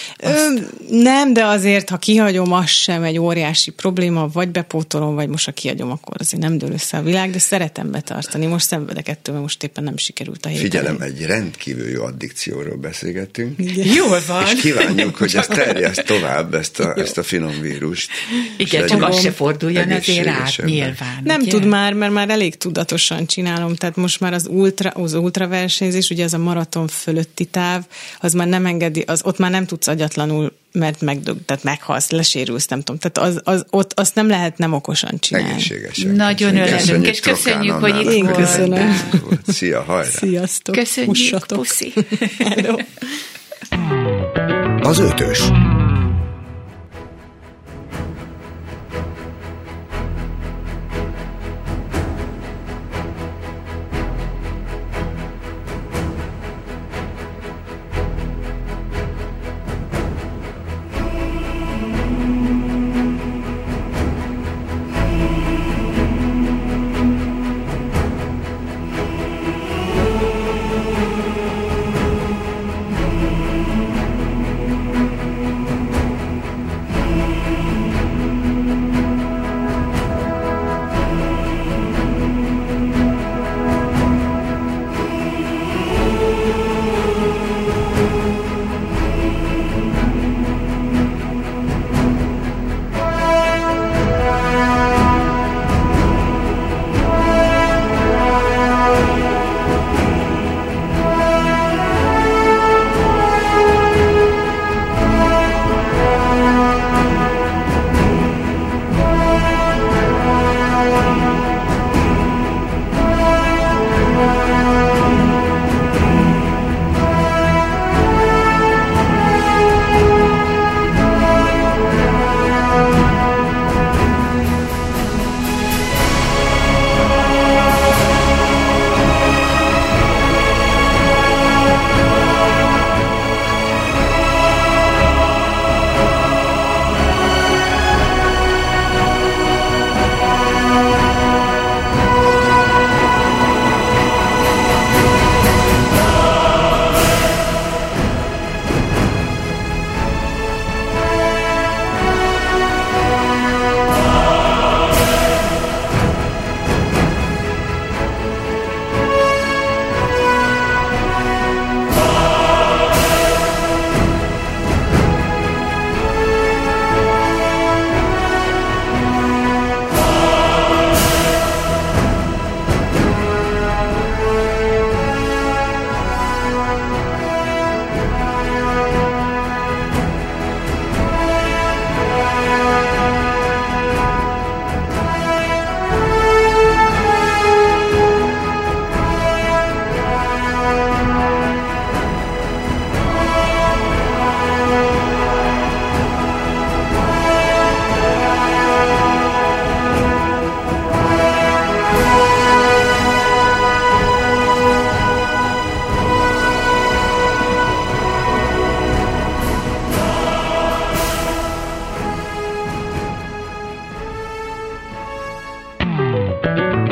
Nem, de azért, ha kihagyom, az sem egy óriási probléma, vagy bepótolom, vagy most ha kihagyom, akkor azért nem dől össze a világ, de szeretem betartani. Most szenvedek ettől, mert most éppen nem sikerült a héten. Figyelem, egy rendkívül jó addikcióról beszélgettünk. Jól van. És kívánjuk, hogy ezt terjeszt tovább, ezt a finom vírust. Igen, csak az se forduljon azért át, nyilván. Nem ugye? Tud már, mert már elég tudatosan csinálom, tehát most már az ultra versenyzés, ugye az a maraton fölötti táv, az már nem engedi, ott már nem tudsz agyatlanul, mert tehát meghalsz, lesérülsz, nem tudom. Tehát ott azt nem lehet nem okosan csinálni. Egészségesen. Nagyon örülünk, és köszönjük, hogy itt én köszönöm. Szia, hajrá! Sziasztok! Köszönjük, puszi! Hello. Az Ötös.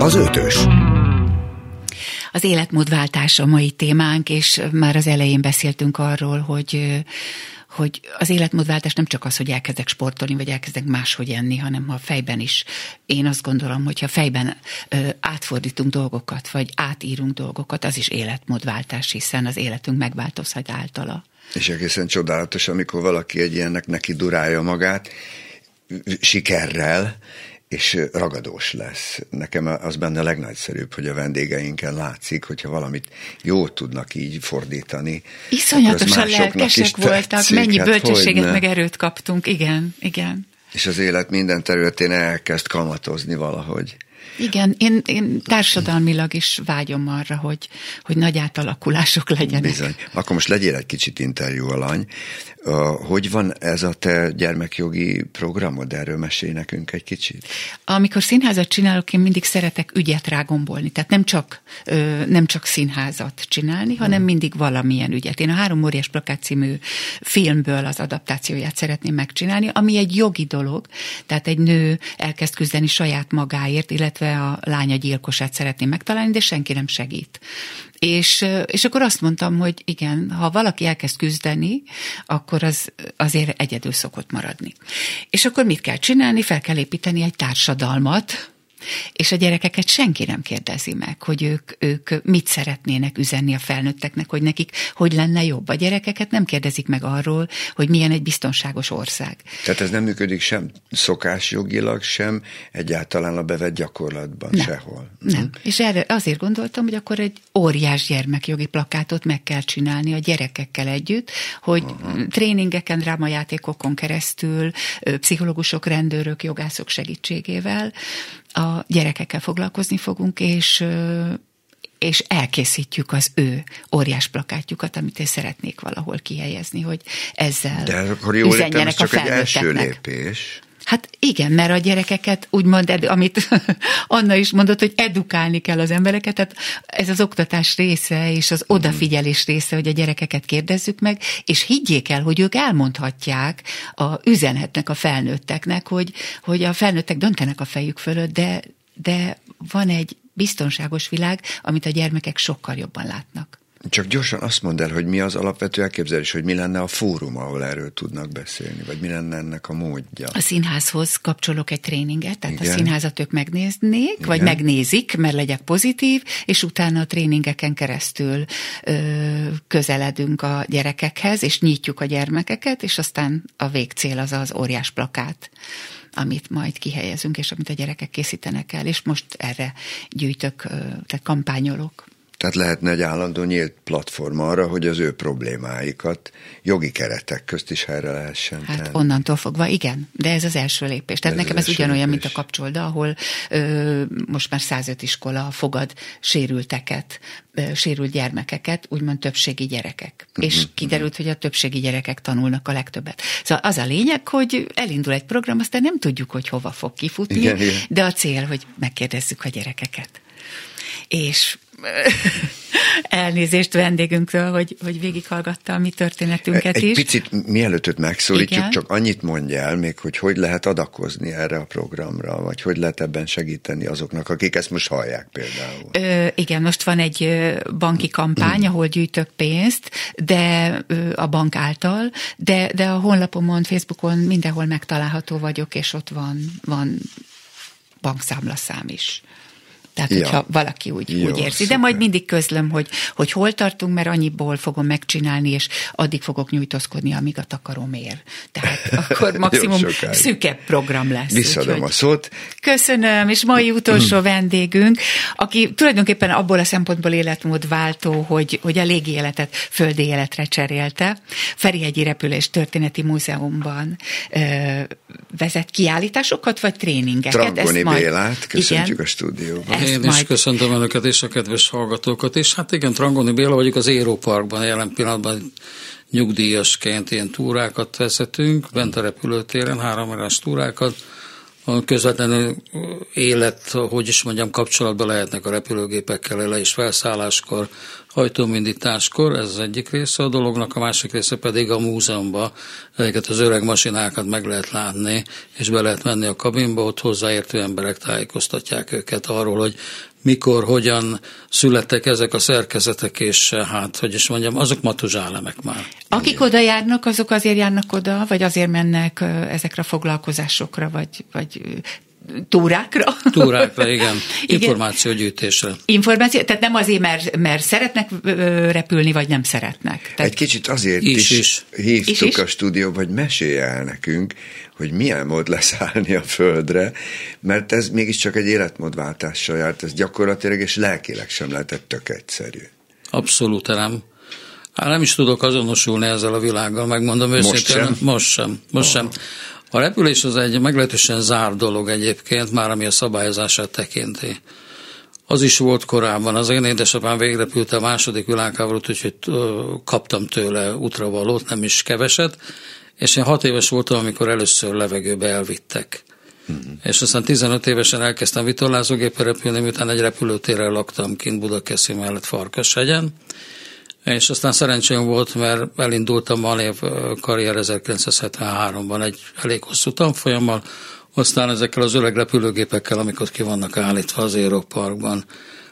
Az Ötös. Az életmódváltás a mai témánk, és már az elején beszéltünk arról, hogy az életmódváltás nem csak az, hogy elkezdek sportolni, vagy elkezdek máshogy enni, hanem ha fejben is. Én azt gondolom, hogyha fejben átfordítunk dolgokat, vagy átírunk dolgokat, az is életmódváltás, hiszen az életünk megváltozhat általa. És egészen csodálatos, amikor valaki egy ilyennek neki durálja magát, sikerrel, és ragadós lesz. Nekem az benne a legnagyszerűbb, hogy a vendégeinken látszik, hogyha valamit jól tudnak így fordítani. Iszonyatosan lelkesek voltak, tetszik, mennyi bölcsességet meg erőt kaptunk, igen. És az élet minden területén elkezd kamatozni valahogy. Igen, én társadalmilag is vágyom arra, hogy nagy átalakulások legyenek. Bizony. Akkor most legyél egy kicsit interjú alany. Hogy van ez a te gyermekjogi programod? Erről mesélj nekünk egy kicsit. Amikor színházat csinálok, én mindig szeretek ügyet rágombolni. Tehát nem csak színházat csinálni, hanem mindig valamilyen ügyet. Én a 3 óriás plakát című filmből az adaptációját szeretném megcsinálni, ami egy jogi dolog. Tehát egy nő elkezd küzdeni saját magáért, illetve a lánya gyilkosát szeretném megtalálni, de senki nem segít. És akkor azt mondtam, hogy igen, ha valaki elkezd küzdeni, akkor az azért egyedül szokott maradni. És akkor mit kell csinálni? Fel kell építeni egy társadalmat, és a gyerekeket senki nem kérdezi meg, hogy ők mit szeretnének üzenni a felnőtteknek, hogy nekik hogy lenne jobb. A gyerekeket nem kérdezik meg arról, hogy milyen egy biztonságos ország. Tehát ez nem működik sem szokásjogilag, sem egyáltalán a bevett gyakorlatban sehol. Nem. És erre azért gondoltam, hogy akkor egy óriás gyermekjogi plakátot meg kell csinálni a gyerekekkel együtt, hogy tréningeken, drámajátékokon keresztül, pszichológusok, rendőrök, jogászok segítségével a gyerekekkel foglalkozni fogunk, és elkészítjük az ő óriás plakátjukat, amit én szeretnék valahol kihelyezni, hogy ezzel de akkor jól értem, ez csak egy első lépés. Hát igen, mert a gyerekeket úgymond, amit Anna is mondott, hogy edukálni kell az embereket, tehát ez az oktatás része, és az odafigyelés része, hogy a gyerekeket kérdezzük meg, és higgyék el, hogy ők elmondhatják, üzenhetnek a felnőtteknek, hogy a felnőttek döntenek a fejük fölött, de van egy biztonságos világ, amit a gyermekek sokkal jobban látnak. Csak gyorsan azt mondd el, hogy mi az alapvető elképzelés, hogy mi lenne a fórum, ahol erről tudnak beszélni, vagy mi lenne ennek a módja? A színházhoz kapcsolok egy tréninget, tehát igen. A színházat ők megnéznék, igen. Vagy megnézik, mert legyek pozitív, és utána a tréningeken keresztül közeledünk a gyerekekhez, és nyitjuk a gyermekeket, és aztán a végcél az óriás plakát, amit majd kihelyezünk, és amit a gyerekek készítenek el, és most erre gyűjtök, tehát kampányolok. Tehát lehetne egy állandó nyílt platform arra, hogy az ő problémáikat jogi keretek közt is helyre lehessen tenni. Hát onnantól fogva igen, de ez az első lépés. Tehát nekem ez ugyanolyan, mint a Kapcsolda, ahol most már 105 iskola fogad sérülteket, sérült gyermekeket, úgymond többségi gyerekek. És kiderült, hogy a többségi gyerekek tanulnak a legtöbbet. Szóval az a lényeg, hogy elindul egy program, aztán nem tudjuk, hogy hova fog kifutni, igen. De a cél, hogy megkérdezzük a gyerekeket. És elnézést vendégünktől, hogy végighallgatta a mi történetünket is. Egy picit mielőtt őt megszólítjuk, igen. Csak annyit mondja el még, hogy lehet adakozni erre a programra, vagy hogy lehet ebben segíteni azoknak, akik ezt most hallják például. Igen, most van egy banki kampány, ahol gyűjtök pénzt, de a bank által, de a honlapomon, Facebookon mindenhol megtalálható vagyok, és ott van bankszámlaszám is. Tehát, hogyha valaki úgy érzi. Szuper. De majd mindig közlöm, hogy hol tartunk, mert annyiból fogom megcsinálni, és addig fogok nyújtózkodni, amíg a takarom ér. Tehát akkor maximum szűkebb program lesz. Visszadom a szót. Köszönöm, és mai utolsó vendégünk, aki tulajdonképpen abból a szempontból életmódváltó, hogy a légi életet földi életre cserélte. Ferihegyi Repülés Történeti Múzeumban vezet kiállításokat, vagy tréningeket. Trangoni Bélát, köszöntjük a stúdióban. Én is köszöntöm önöket és a kedves hallgatókat, és hát igen, Trangoni Béla vagyok, az Aeroparkban jelen pillanatban nyugdíjasként ilyen túrákat vezetünk, bent a repülőtéren, 3 órás túrákat, a közvetlenül élet, hogy is mondjam, kapcsolatban lehetnek a repülőgépekkel le és felszálláskor, hajtóindításkor, ez az egyik része a dolognak, a másik része pedig a múzeumban ezeket az öreg masinákat meg lehet látni, és be lehet menni a kabinba, ott hozzáértő emberek tájékoztatják őket arról, hogy mikor, hogyan születtek ezek a szerkezetek, és hát, hogy is mondjam, azok matuzsálemek már. Akik oda járnak, azok azért járnak oda, vagy azért mennek ezekre a foglalkozásokra, vagy túrákra? Túrákra, igen. Információgyűjtésre. Információ, tehát nem azért, mert szeretnek repülni, vagy nem szeretnek. Tehát egy kicsit azért is hívtuk a stúdióba, hogy mesélj el nekünk, hogy milyen mód leszállni a földre, mert ez mégiscsak egy életmódváltással járt, ez gyakorlatilag és lelkileg sem lehetett tök egyszerű. Abszolút nem. Hát nem is tudok azonosulni ezzel a világgal, megmondom őszintén. Most sem. A repülés az egy meglehetősen zárt dolog egyébként, már ami a szabályozását tekinti. Az is volt korábban. Az én édesapám végrepült a második világháborút, úgyhogy kaptam tőle útravalót, nem is keveset, és én 6 éves voltam, amikor először levegőbe elvittek. És aztán 15 évesen elkezdtem vitorlázógéppel repülni, miután egy repülőtérrel laktam kint Budakeszi mellett Farkashegyen, és aztán szerencsém volt, mert elindultam a karrier 1973-ban egy elég hosszú tanfolyammal, aztán ezekkel az öreg repülőgépekkel, amikor ki vannak állítva az Aeroparkban.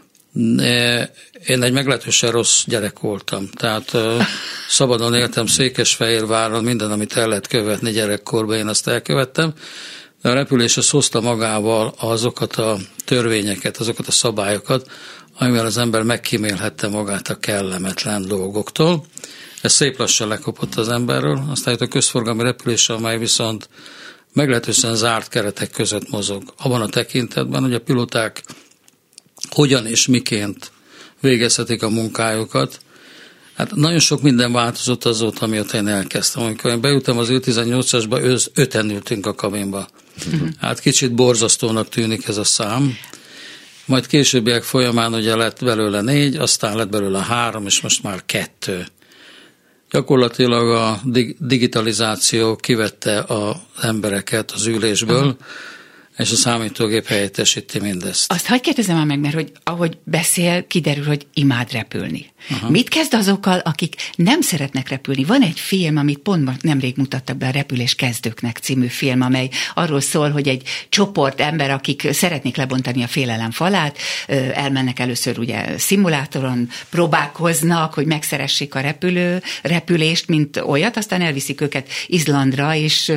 Én egy meglehetősen rossz gyerek voltam, tehát szabadon éltem Székesfehérváron, minden, amit el lehet követni gyerekkorban, én azt elkövettem, de a repülés az hozta magával azokat a törvényeket, azokat a szabályokat, amivel az ember megkímélhette magát a kellemetlen dolgoktól. Ez szép lassan lekopott az emberről, aztán jött a közforgalmi repülés, amely viszont meglehetősen zárt keretek között mozog. Abban a tekintetben, hogy a pilóták hogyan és miként végezhetik a munkájukat. Hát nagyon sok minden változott azóta, amióta én elkezdtem. Amikor én bejutam az Il-18-asba, 5-en ültünk a kabinba. Hát kicsit borzasztónak tűnik ez a szám. Majd későbbiek folyamán ugye lett belőle 4, aztán lett belőle 3, és most már 2. Gyakorlatilag a digitalizáció kivette az embereket az ülésből, és a számítógép helyettesíti mindezt. Azt hadd kérdezem már meg, mert hogy ahogy beszél, kiderül, hogy imád repülni. Mit kezd azokkal, akik nem szeretnek repülni? Van egy film, amit pont nemrég mutattak be, a Repülés kezdőknek című film, amely arról szól, hogy egy csoport ember, akik szeretnék lebontani a félelem falát, elmennek először ugye szimulátoron, próbálkoznak, hogy megszeressék a repülést, mint olyat, aztán elviszik őket Izlandra,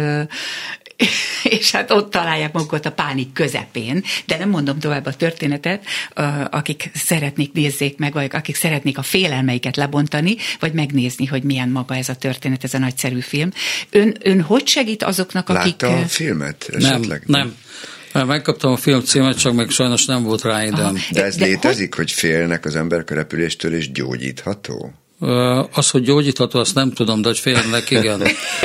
és hát ott találják magukat a pánik közepén, de nem mondom tovább a történetet, akik szeretnék nézzék meg, vagy akik szeretnék a félelmeiket lebontani, vagy megnézni, hogy milyen maga ez a történet, ez a nagyszerű film. Ön hogy segít azoknak, akik... Látta a filmet esetleg? Nem. Megkaptam a film címet, csak még sajnos nem volt rá időm. De ez létezik, hogy félnek az emberek a repüléstől, és gyógyítható? Az, hogy gyógyítható, azt nem tudom, de hogy félnek, igen.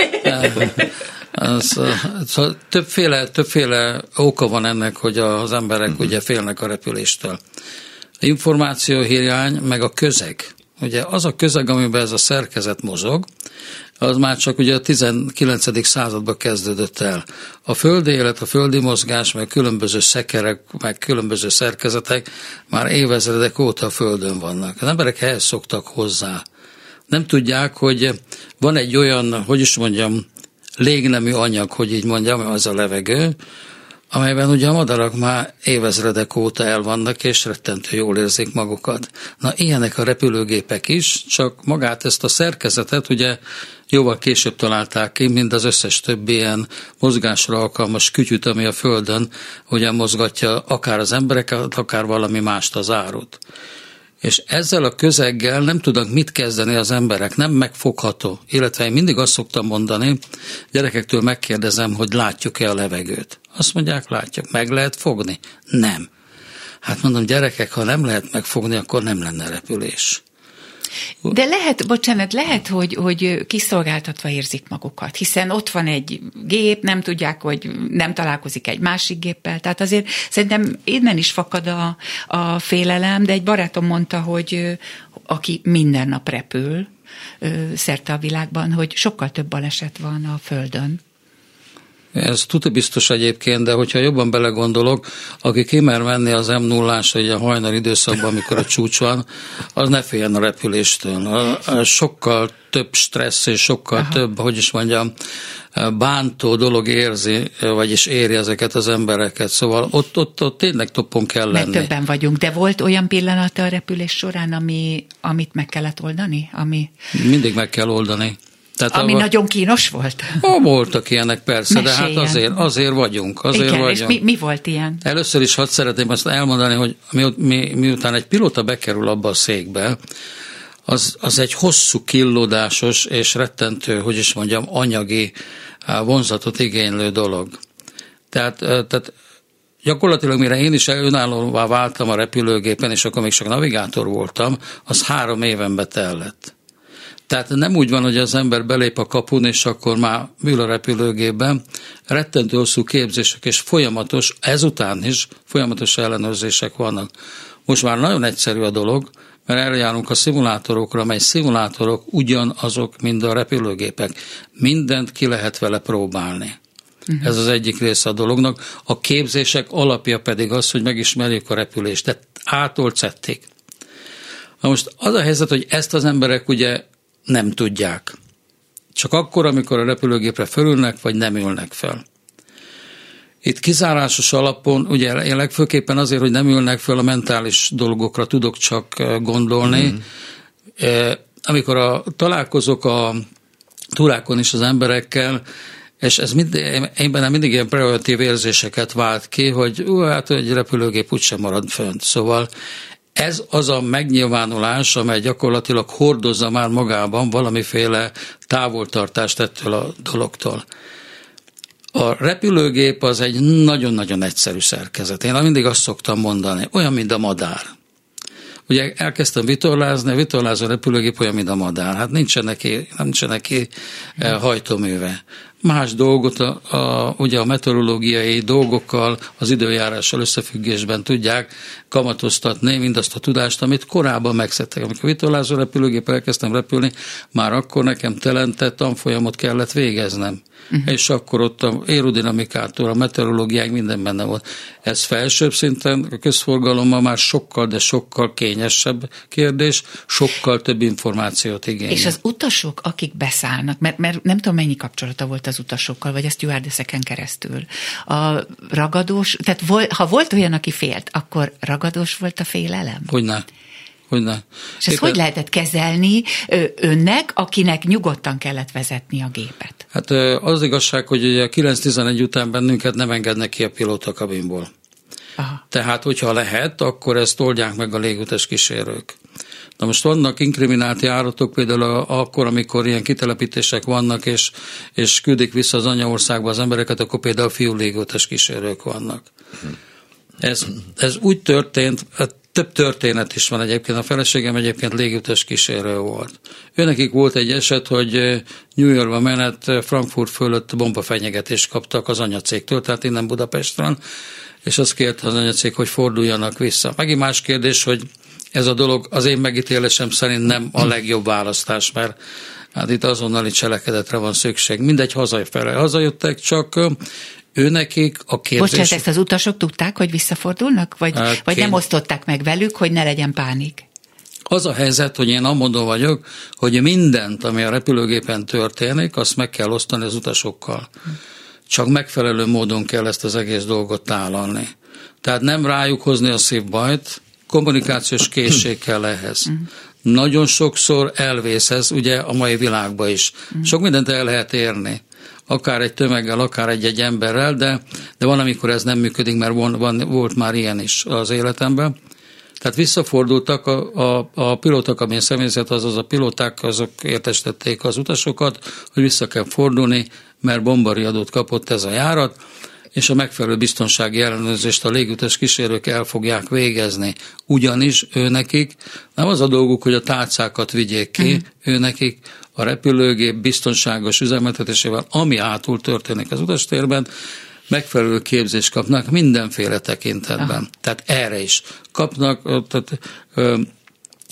Többféle oka van ennek, hogy az emberek ugye félnek a repüléstől. A információhiány, meg a közeg. Ugye az a közeg, amiben ez a szerkezet mozog, az már csak ugye a 19. században kezdődött el. A földi élet, a földi mozgás, meg különböző szekerek, meg különböző szerkezetek már évezredek óta a földön vannak. Az emberek ehhez szoktak hozzá. Nem tudják, hogy van egy olyan, hogy is mondjam, légnemű anyag, hogy így mondjam, az a levegő, amelyben ugye a madarak már évezredek óta el vannak, és rettentő jól érzik magukat. Na, ilyenek a repülőgépek is, csak magát ezt a szerkezetet ugye jóval később találták ki, mint az összes többi ilyen mozgásra alkalmas kütyüt, ami a Földön ugye mozgatja akár az embereket, akár valami mást, az árut. És ezzel a közeggel nem tudnak mit kezdeni az emberek, nem megfogható. Illetve én mindig azt szoktam mondani, gyerekektől megkérdezem, hogy látjuk-e a levegőt. Azt mondják, látjuk. Meg lehet fogni? Nem. Hát mondom, gyerekek, ha nem lehet megfogni, akkor nem lenne repülés. De lehet, hogy kiszolgáltatva érzik magukat, hiszen ott van egy gép, nem tudják, hogy nem találkozik egy másik géppel, tehát azért szerintem innen is fakad a félelem, de egy barátom mondta, hogy aki minden nap repül szerte a világban, hogy sokkal több baleset van a Földön. Ez tuti biztos egyébként, de hogyha jobban belegondolok, aki kimer menni az M0-ásra egy a hajnal időszakban, amikor a csúcs van, az ne féljen a repüléstől. Sokkal több stressz és sokkal több, hogy is mondjam, bántó dolog érzi, vagyis éri ezeket az embereket. Szóval ott tényleg toppon kell lenni. Mert többen vagyunk, de volt olyan pillanata a repülés során, amit meg kellett oldani? Mindig meg kell oldani. Tehát ami nagyon kínos volt? Voltak ilyenek persze, meséljen. De hát azért vagyunk. Igen, és mi volt ilyen? Először is szeretném azt elmondani, hogy miután egy pilóta bekerül abba a székbe, az egy hosszú killódásos és rettentő, hogy is mondjam, anyagi vonzatot igénylő dolog. Tehát gyakorlatilag mire én is önállóvá váltam a repülőgépen, és akkor még csak navigátor voltam, az 3 éven betellett. Tehát nem úgy van, hogy az ember belép a kapun, és akkor már ül a repülőgépben. Rettentő hosszú képzések, és ezután is folyamatos ellenőrzések vannak. Most már nagyon egyszerű a dolog, mert eljárunk a szimulátorokra, mely szimulátorok ugyanazok, mint a repülőgépek. Mindent ki lehet vele próbálni. Ez az egyik része a dolognak. A képzések alapja pedig az, hogy megismerjük a repülést. Tehát A-tól Z-ig. Na most az a helyzet, hogy ezt az emberek ugye nem tudják. Csak akkor, amikor a repülőgépre fölülnek, vagy nem ülnek fel. Itt kizárásos alapon, ugye én legfőképpen azért, hogy nem ülnek föl, a mentális dolgokra tudok csak gondolni. Amikor találkozok a túrákon is az emberekkel, és ez én bennem mindig ilyen preventív érzéseket vált ki, hogy hát egy repülőgép úgysem marad fönt. Szóval ez az a megnyilvánulás, amely gyakorlatilag hordozza már magában valamiféle távoltartást ettől a dologtól. A repülőgép az egy nagyon-nagyon egyszerű szerkezet. Én mindig azt szoktam mondani, olyan, mint a madár. Ugye elkezdtem vitorlázni, a vitorlázó repülőgép olyan, mint a madár. Hát nincsen neki hajtóműve. Más dolgot ugye a meteorológiai dolgokkal, az időjárással összefüggésben tudják kamatoztatni mindazt a tudást, amit korábban megszedtek. Amikor vitorlázó repülőgéppel elkezdtem repülni, már akkor nekem telentett tanfolyamot kellett végeznem. És akkor ott a aerodinamikától, a meteorológiáig minden benne volt. Ez felsőbb szinten, a közforgalommal már sokkal, de sokkal kényesebb kérdés, sokkal több információt igényel. És az utasok, akik beszállnak, mert nem tudom, mennyi kapcsolata volt az utasokkal, vagy a stewardesseken keresztül. A ragadós, tehát ha volt olyan, aki félt, akkor ragadós volt a félelem? Hogyne. És ezt hogy lehetett kezelni önnek, akinek nyugodtan kellett vezetni a gépet? Hát az igazság, hogy ugye 9-11 után bennünket nem engednek ki a pilótakabinból. Aha. Tehát, hogyha lehet, akkor ezt oldják meg a légutas kísérők. Na most vannak inkriminált járatok, például akkor, amikor ilyen kitelepítések vannak, és küldik vissza az anyaországba az embereket, akkor például fiú légutas kísérők vannak. Ez úgy történt, több történet is van egyébként. A feleségem egyébként légutas kísérő volt. Őnekik volt egy eset, hogy New Yorkba menet Frankfurt fölött bombafenyegetést kaptak az anyacégtől, tehát innen Budapestről, és azt kérte az anyacég, hogy forduljanak vissza. Megint más kérdés, hogy ez a dolog az én megítélésem szerint nem a legjobb választás, mert hát itt azonnali cselekedetre van szükség. Mindegy, hazajöttek, csak őnekik a képzés... Bocsánat, ezt az utasok tudták, hogy visszafordulnak? Vagy nem osztották meg velük, hogy ne legyen pánik? Az a helyzet, hogy én amondó vagyok, hogy mindent, ami a repülőgépen történik, azt meg kell osztani az utasokkal. Csak megfelelő módon kell ezt az egész dolgot tálalni. Tehát nem rájuk hozni a szívbajt, kommunikációs készség kell ehhez. Nagyon sokszor elvész ez, ugye a mai világban is. Sok mindent el lehet érni. Akár egy tömeggel, akár egy emberrel, de van, amikor ez nem működik, mert volt már ilyen is az életemben. Tehát visszafordultak a pilóták, amilyen személyzet, azaz a pilóták, azok értestették az utasokat, hogy vissza kell fordulni, mert bombariadót kapott ez a járat, és a megfelelő biztonsági ellenőrzést a légutas kísérők el fogják végezni. Ugyanis őnekik nem az a dolguk, hogy a tálcákat vigyék ki, őnekik a repülőgép biztonságos üzemeltetésével, ami hátul történik az utastérben, megfelelő képzést kapnak mindenféle tekintetben. Tehát erre is kapnak,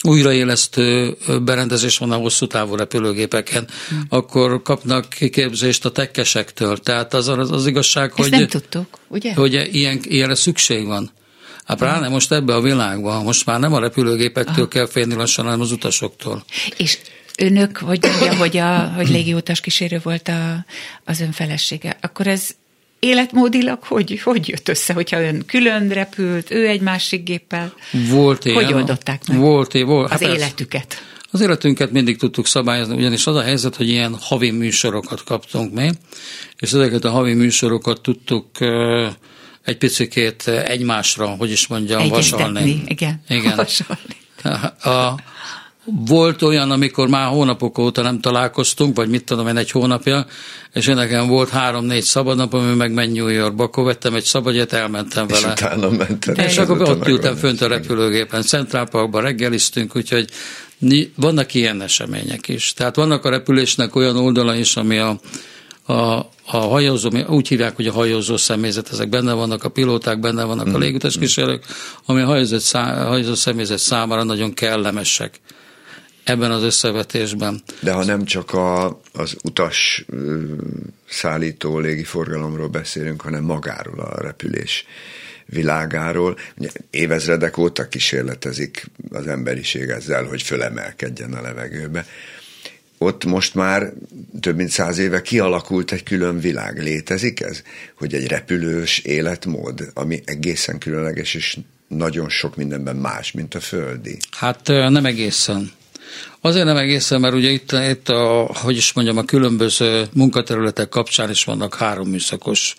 újraélesztő berendezés van a hosszú távú repülőgépeken, akkor kapnak kiképzést a tekkesektől. Tehát az igazság, hogy... Ezt nem tudtuk, ugye? Hogy ilyenre szükség van. Hát pláne most ebbe a világban, most már nem a repülőgépektől kell félni lassan, hanem az utasoktól. És önök, hogy mondja, hogy légiutas kísérő volt az ön felesége, akkor ez életmódilag hogy jött össze, hogyha ön külön repült, ő egy másik géppel? Volt ilyen. Hogy oldották meg volt. Az életüket? Az életünket mindig tudtuk szabályozni, ugyanis az a helyzet, hogy ilyen havi műsorokat kaptunk mi, és ezeket a havi műsorokat tudtuk egy picikét egymásra, hogy is mondjam, vasalni. Igen. Vasalni. Volt olyan, amikor már hónapok óta nem találkoztunk, vagy mit tudom én, egy hónapja, és én nekem volt 3-4 szabadnapom, ami meg menj New Yorkba, akkor vettem egy szabadját, elmentem vele. És utána mentem. És akkor ott ültem fönt a repülőgépen, Central Parkban reggeliztünk, úgyhogy vannak ilyen események is. Tehát vannak a repülésnek olyan oldala is, ami a hajózó, úgy hívják, hogy a hajózó személyzet, ezek benne vannak, a pilóták benne vannak, a légutas kísérők, ami a hajózó személyzet számára nagyon kellemesek ebben az összevetésben. De ha nem csak az utas szállító légiforgalomról beszélünk, hanem magáról a repülés világáról. Évezredek óta kísérletezik az emberiség ezzel, hogy fölemelkedjen a levegőbe. Ott most már több mint 100 éve kialakult egy külön világ. Létezik ez? Hogy egy repülős életmód, ami egészen különleges, és nagyon sok mindenben más, mint a földi. Hát nem egészen. Azért nem egészen, mert ugye itt hogy is mondjam, a különböző munkaterületek kapcsán is vannak 3 műszakos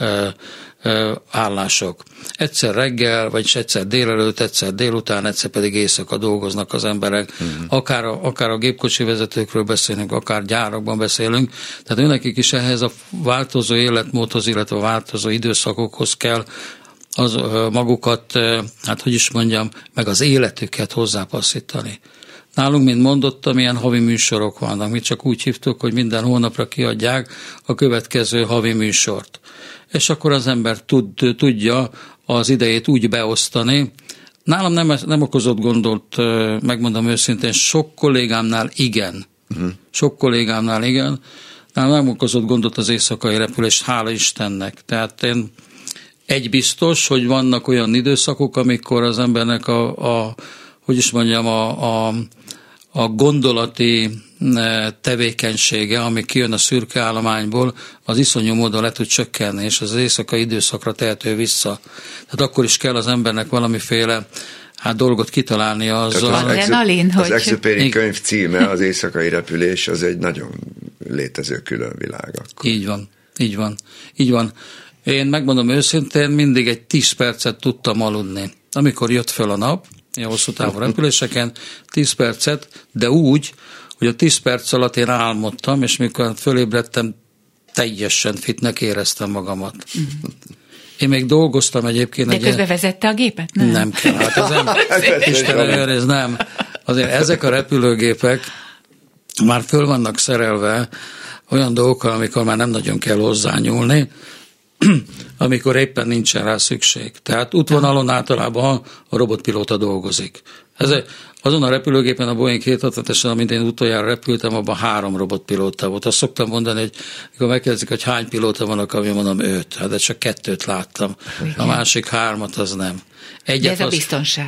állások. Egyszer reggel, vagyis egyszer délelőtt, egyszer délután, egyszer pedig éjszaka dolgoznak az emberek. Akár a gépkocsi vezetőkről beszélünk, akár gyárakban beszélünk. Tehát őnekik is ehhez a változó életmódhoz, illetve a változó időszakokhoz kell az magukat, hát hogy is mondjam, meg az életüket hozzápasszítani. Nálunk, mint mondottam, ilyen havi műsorok vannak. Mi csak úgy hívtuk, hogy minden hónapra kiadják a következő havi műsort. És akkor az ember tudja az idejét úgy beosztani. Nálam nem okozott gondot, megmondom őszintén, sok kollégámnál igen. Nálam nem okozott gondot az éjszakai repülés, hála Istennek. Tehát én egy biztos, hogy vannak olyan időszakok, amikor az embernek hogy is mondjam, a gondolati tevékenysége, ami kijön a szürke állományból, az iszonyú módon le tud csökkenni, és az éjszakai időszakra tehető vissza. Tehát akkor is kell az embernek valamiféle dolgot kitalálnia azzal. Az Exupéry könyv címe, az éjszakai repülés, az egy nagyon létező külön világ. Akkor. Így van. Én megmondom őszintén, mindig egy 10 percet tudtam aludni. Amikor jött föl a nap, a hosszú távú repüléseken, 10 percet, de úgy, hogy a 10 perc alatt én álmodtam, és mikor fölébredtem, teljesen fitnek éreztem magamat. Én még dolgoztam egyébként. De közben vezette a gépet? Nem kell. Hát ez nem. Azért ezek a repülőgépek már föl vannak szerelve olyan dolgokkal, amikor már nem nagyon kell hozzányúlni, amikor éppen nincsen rá szükség. Tehát útvonalon általában a robotpilóta dolgozik. Azon a repülőgépen, a Boeing 767-esen, amint én utoljára repültem, abban 3 robotpilóta volt. Azt szoktam mondani, hogy mikor megkérdezik, hogy hány pilóta van, akkor mondom 5. Hát de csak 2 láttam. Igen. A másik 3-at az nem. De ez a biztonság.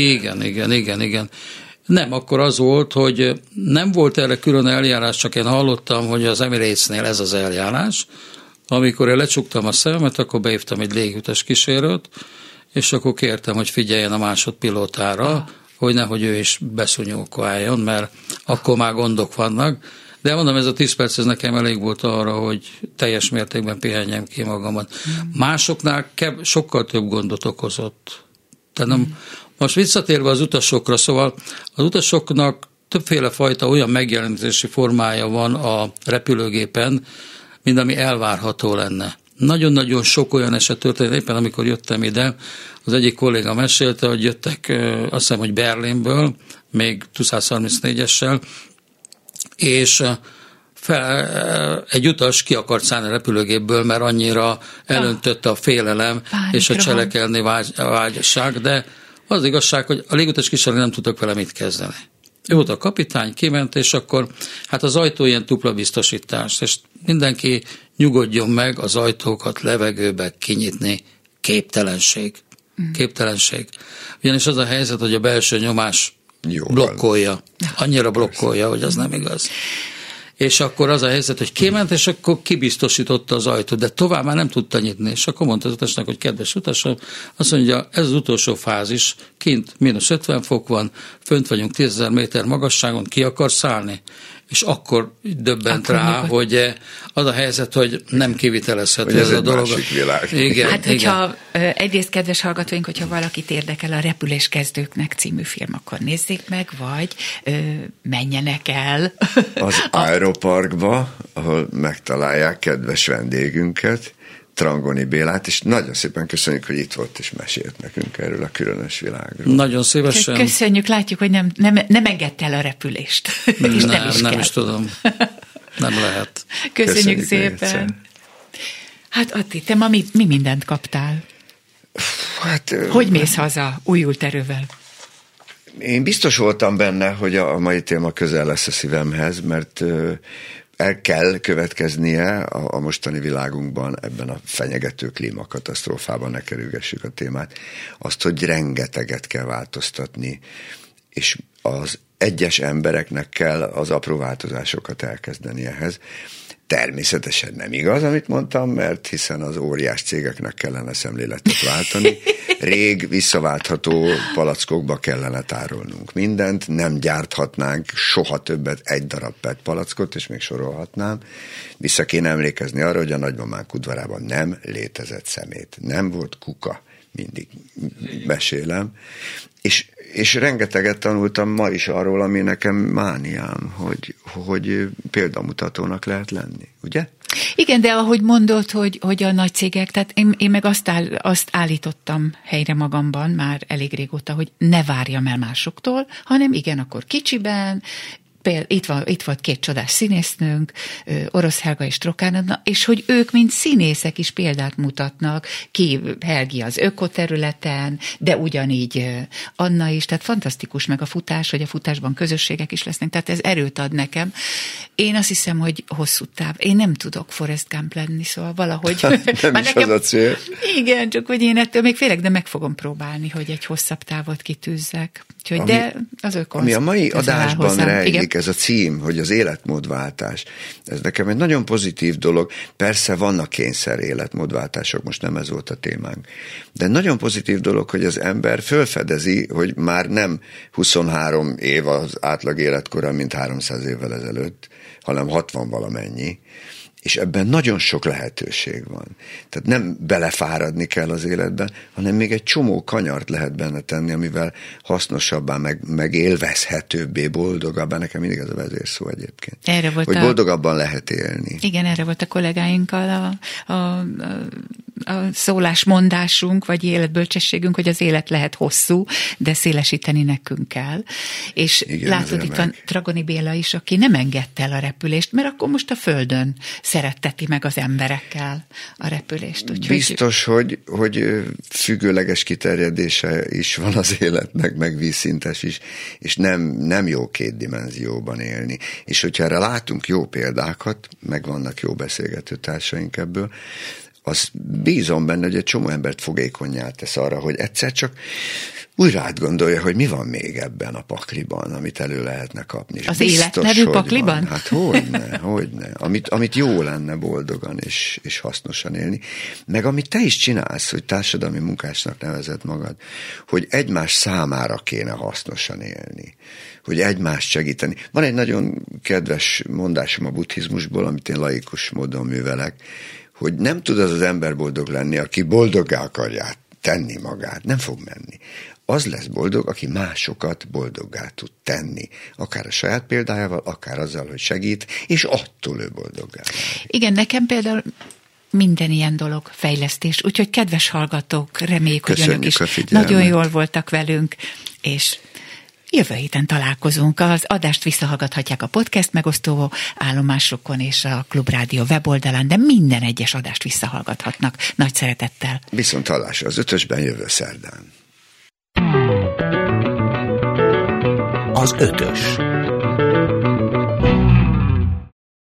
Igen. Nem, akkor az volt, hogy nem volt erre külön eljárás, csak én hallottam, hogy az Emirates-nél ez az eljárás. Amikor én lecsuktam a szememet, akkor beívtam egy légutas kísérőt, és akkor kértem, hogy figyeljen a másodpilótára, hogy nehogy ő is beszúnyókoljon, mert akkor már gondok vannak. De mondom, ez a 10 perc, ez nekem elég volt arra, hogy teljes mértékben pihenjem ki magamat. Másoknál sokkal több gondot okozott. Tehát most visszatérve az utasokra, szóval az utasoknak többféle fajta olyan megjelenítési formája van a repülőgépen, mint ami elvárható lenne. Nagyon-nagyon sok olyan eset történt, éppen amikor jöttem ide, az egyik kolléga mesélte, hogy jöttek, azt hiszem, hogy Berlinből, még 234-essel, és egy utas ki akart szállni a repülőgépből, mert annyira elöntötte a félelem és a cselekedni vágyasság, de Az igazság, hogy a légutas kísérlet nem tudtak vele mit kezdeni. Ő volt a kapitány, kiment, és akkor hát az ajtó ilyen dupla biztosítás, és mindenki nyugodjon meg, az ajtókat levegőbe kinyitni. Képtelenség. Ugyanis az a helyzet, hogy a belső nyomás blokkolja. Annyira blokkolja, hogy az nem igaz. És akkor az a helyzet, hogy kiment, és akkor kibiztosította az ajtót, de tovább már nem tudta nyitni. És akkor mondta az utasnak, hogy kedves utasom, azt mondja, ez az utolsó fázis, kint -50 fok van, fönt vagyunk 10 000 méter magasságon, ki akar szállni? És akkor döbbent rá, hogy az a helyzet, hogy nem kivitelezhető ez a dolog. Igen, hát, hogyha egyrészt, kedves hallgatóink, hogyha valakit érdekel a Repüléskezdőknek című film, akkor nézzék meg, vagy menjenek el az Aeroparkba, ahol megtalálják kedves vendégünket, Trangoni Bélát, és nagyon szépen köszönjük, hogy itt volt, és mesélt nekünk erről a különös világról. Nagyon szívesen. Köszönjük, látjuk, hogy nem engedte el a repülést. Nem is tudom. Nem lehet. Köszönjük szépen. Hát Atti, te ma mi mindent kaptál? Hát, hogy mész haza újult erővel? Én biztos voltam benne, hogy a mai téma közel lesz a szívemhez, mert el kell következnie a mostani világunkban, ebben a fenyegető klímakatasztrófában, ne kerülgessük a témát, azt, hogy rengeteget kell változtatni, és az egyes embereknek kell az apró változásokat elkezdeni ehhez. Természetesen nem igaz, amit mondtam, mert hiszen az óriás cégeknek kellene szemléletet váltani. Rég visszaváltható palackokba kellene tárolnunk mindent, nem gyárthatnánk soha többet egy darab PET palackot, és még sorolhatnám. Vissza kéne emlékezni arra, hogy a nagymamánk udvarában nem létezett szemét. Nem volt kuka, mindig mesélem. És rengeteget tanultam ma is arról, ami nekem mániám, hogy példamutatónak lehet lenni, ugye? Igen, de ahogy mondod, hogy a nagy cégek, tehát én meg azt állítottam helyre magamban már elég régóta, hogy ne várjam el másoktól, hanem igen, akkor kicsiben, itt volt 2 csodás színésznőnk, Orosz Helga és Trokán Anna, és hogy ők, mint színészek is példát mutatnak, ki Helgi az ökoterületen, de ugyanígy Anna is, tehát fantasztikus meg a futás, hogy a futásban közösségek is lesznek, tehát ez erőt ad nekem. Én azt hiszem, hogy hosszú táv. Én nem tudok Forrest Gump lenni, szóval valahogy... Nem is nekem, az a cél. Igen, csak hogy én ettől még félek, de meg fogom próbálni, hogy egy hosszabb távot kitűzzek. Úgyhogy, de az ami a mai adásban rejlik, ez a cím, hogy az életmódváltás. Ez nekem egy nagyon pozitív dolog. Persze vannak kényszer életmódváltások, most nem ez volt a témánk. De nagyon pozitív dolog, hogy az ember fölfedezi, hogy már nem 23 év az átlag életkora, mint 300 évvel ezelőtt, hanem 60 valamennyi. És ebben nagyon sok lehetőség van. Tehát nem belefáradni kell az életbe, hanem még egy csomó kanyart lehet benne tenni, amivel hasznosabbá, meg élvezhetőbbé, boldogabbá. Nekem mindig ez a vezérszó egyébként. Erre volt hogy boldogabban lehet élni. Igen, erre volt a kollégáinkkal a szólásmondásunk, vagy életbölcsességünk, hogy az élet lehet hosszú, de szélesíteni nekünk kell. És igen, látod, itt van Tragoni Béla is, aki nem engedte el a repülést, mert akkor most a Földön szeretteti meg az emberekkel a repülést. Úgyhogy... Biztos, hogy függőleges kiterjedése is van az életnek, meg vízszintes is, és nem jó 2 dimenzióban élni. És hogyha erre látunk jó példákat, meg vannak jó beszélgető társaink ebből, az bízom benne, hogy egy csomó embert fogékonnyá tesz arra, hogy egyszer csak újra átgondolja, hogy mi van még ebben a pakliban, amit elő lehetne kapni. Az életnevű pakliban? Van. Hát hogyne. Amit jó lenne boldogan és hasznosan élni. Meg amit te is csinálsz, hogy társadalmi munkásnak nevezed magad, hogy egymás számára kéne hasznosan élni. Hogy egymást segíteni. Van egy nagyon kedves mondásom a buddhizmusból, amit én laikus módon művelek, hogy nem tud az ember boldog lenni, aki boldoggá akarja tenni magát. Nem fog menni. Az lesz boldog, aki másokat boldoggá tud tenni. Akár a saját példájával, akár azzal, hogy segít, és attól ő boldoggá válik. Igen, nekem például minden ilyen dolog fejlesztés. Úgyhogy kedves hallgatók, reméljük, hogy önök is nagyon jól voltak velünk, és jövő héten találkozunk. Az adást visszahallgathatják a podcast megosztó állomásokon és a Klubrádió weboldalán, de minden egyes adást visszahallgathatnak. Nagy szeretettel. Viszont hallásra az 5-ösben jövő szerdán. Az Ötös.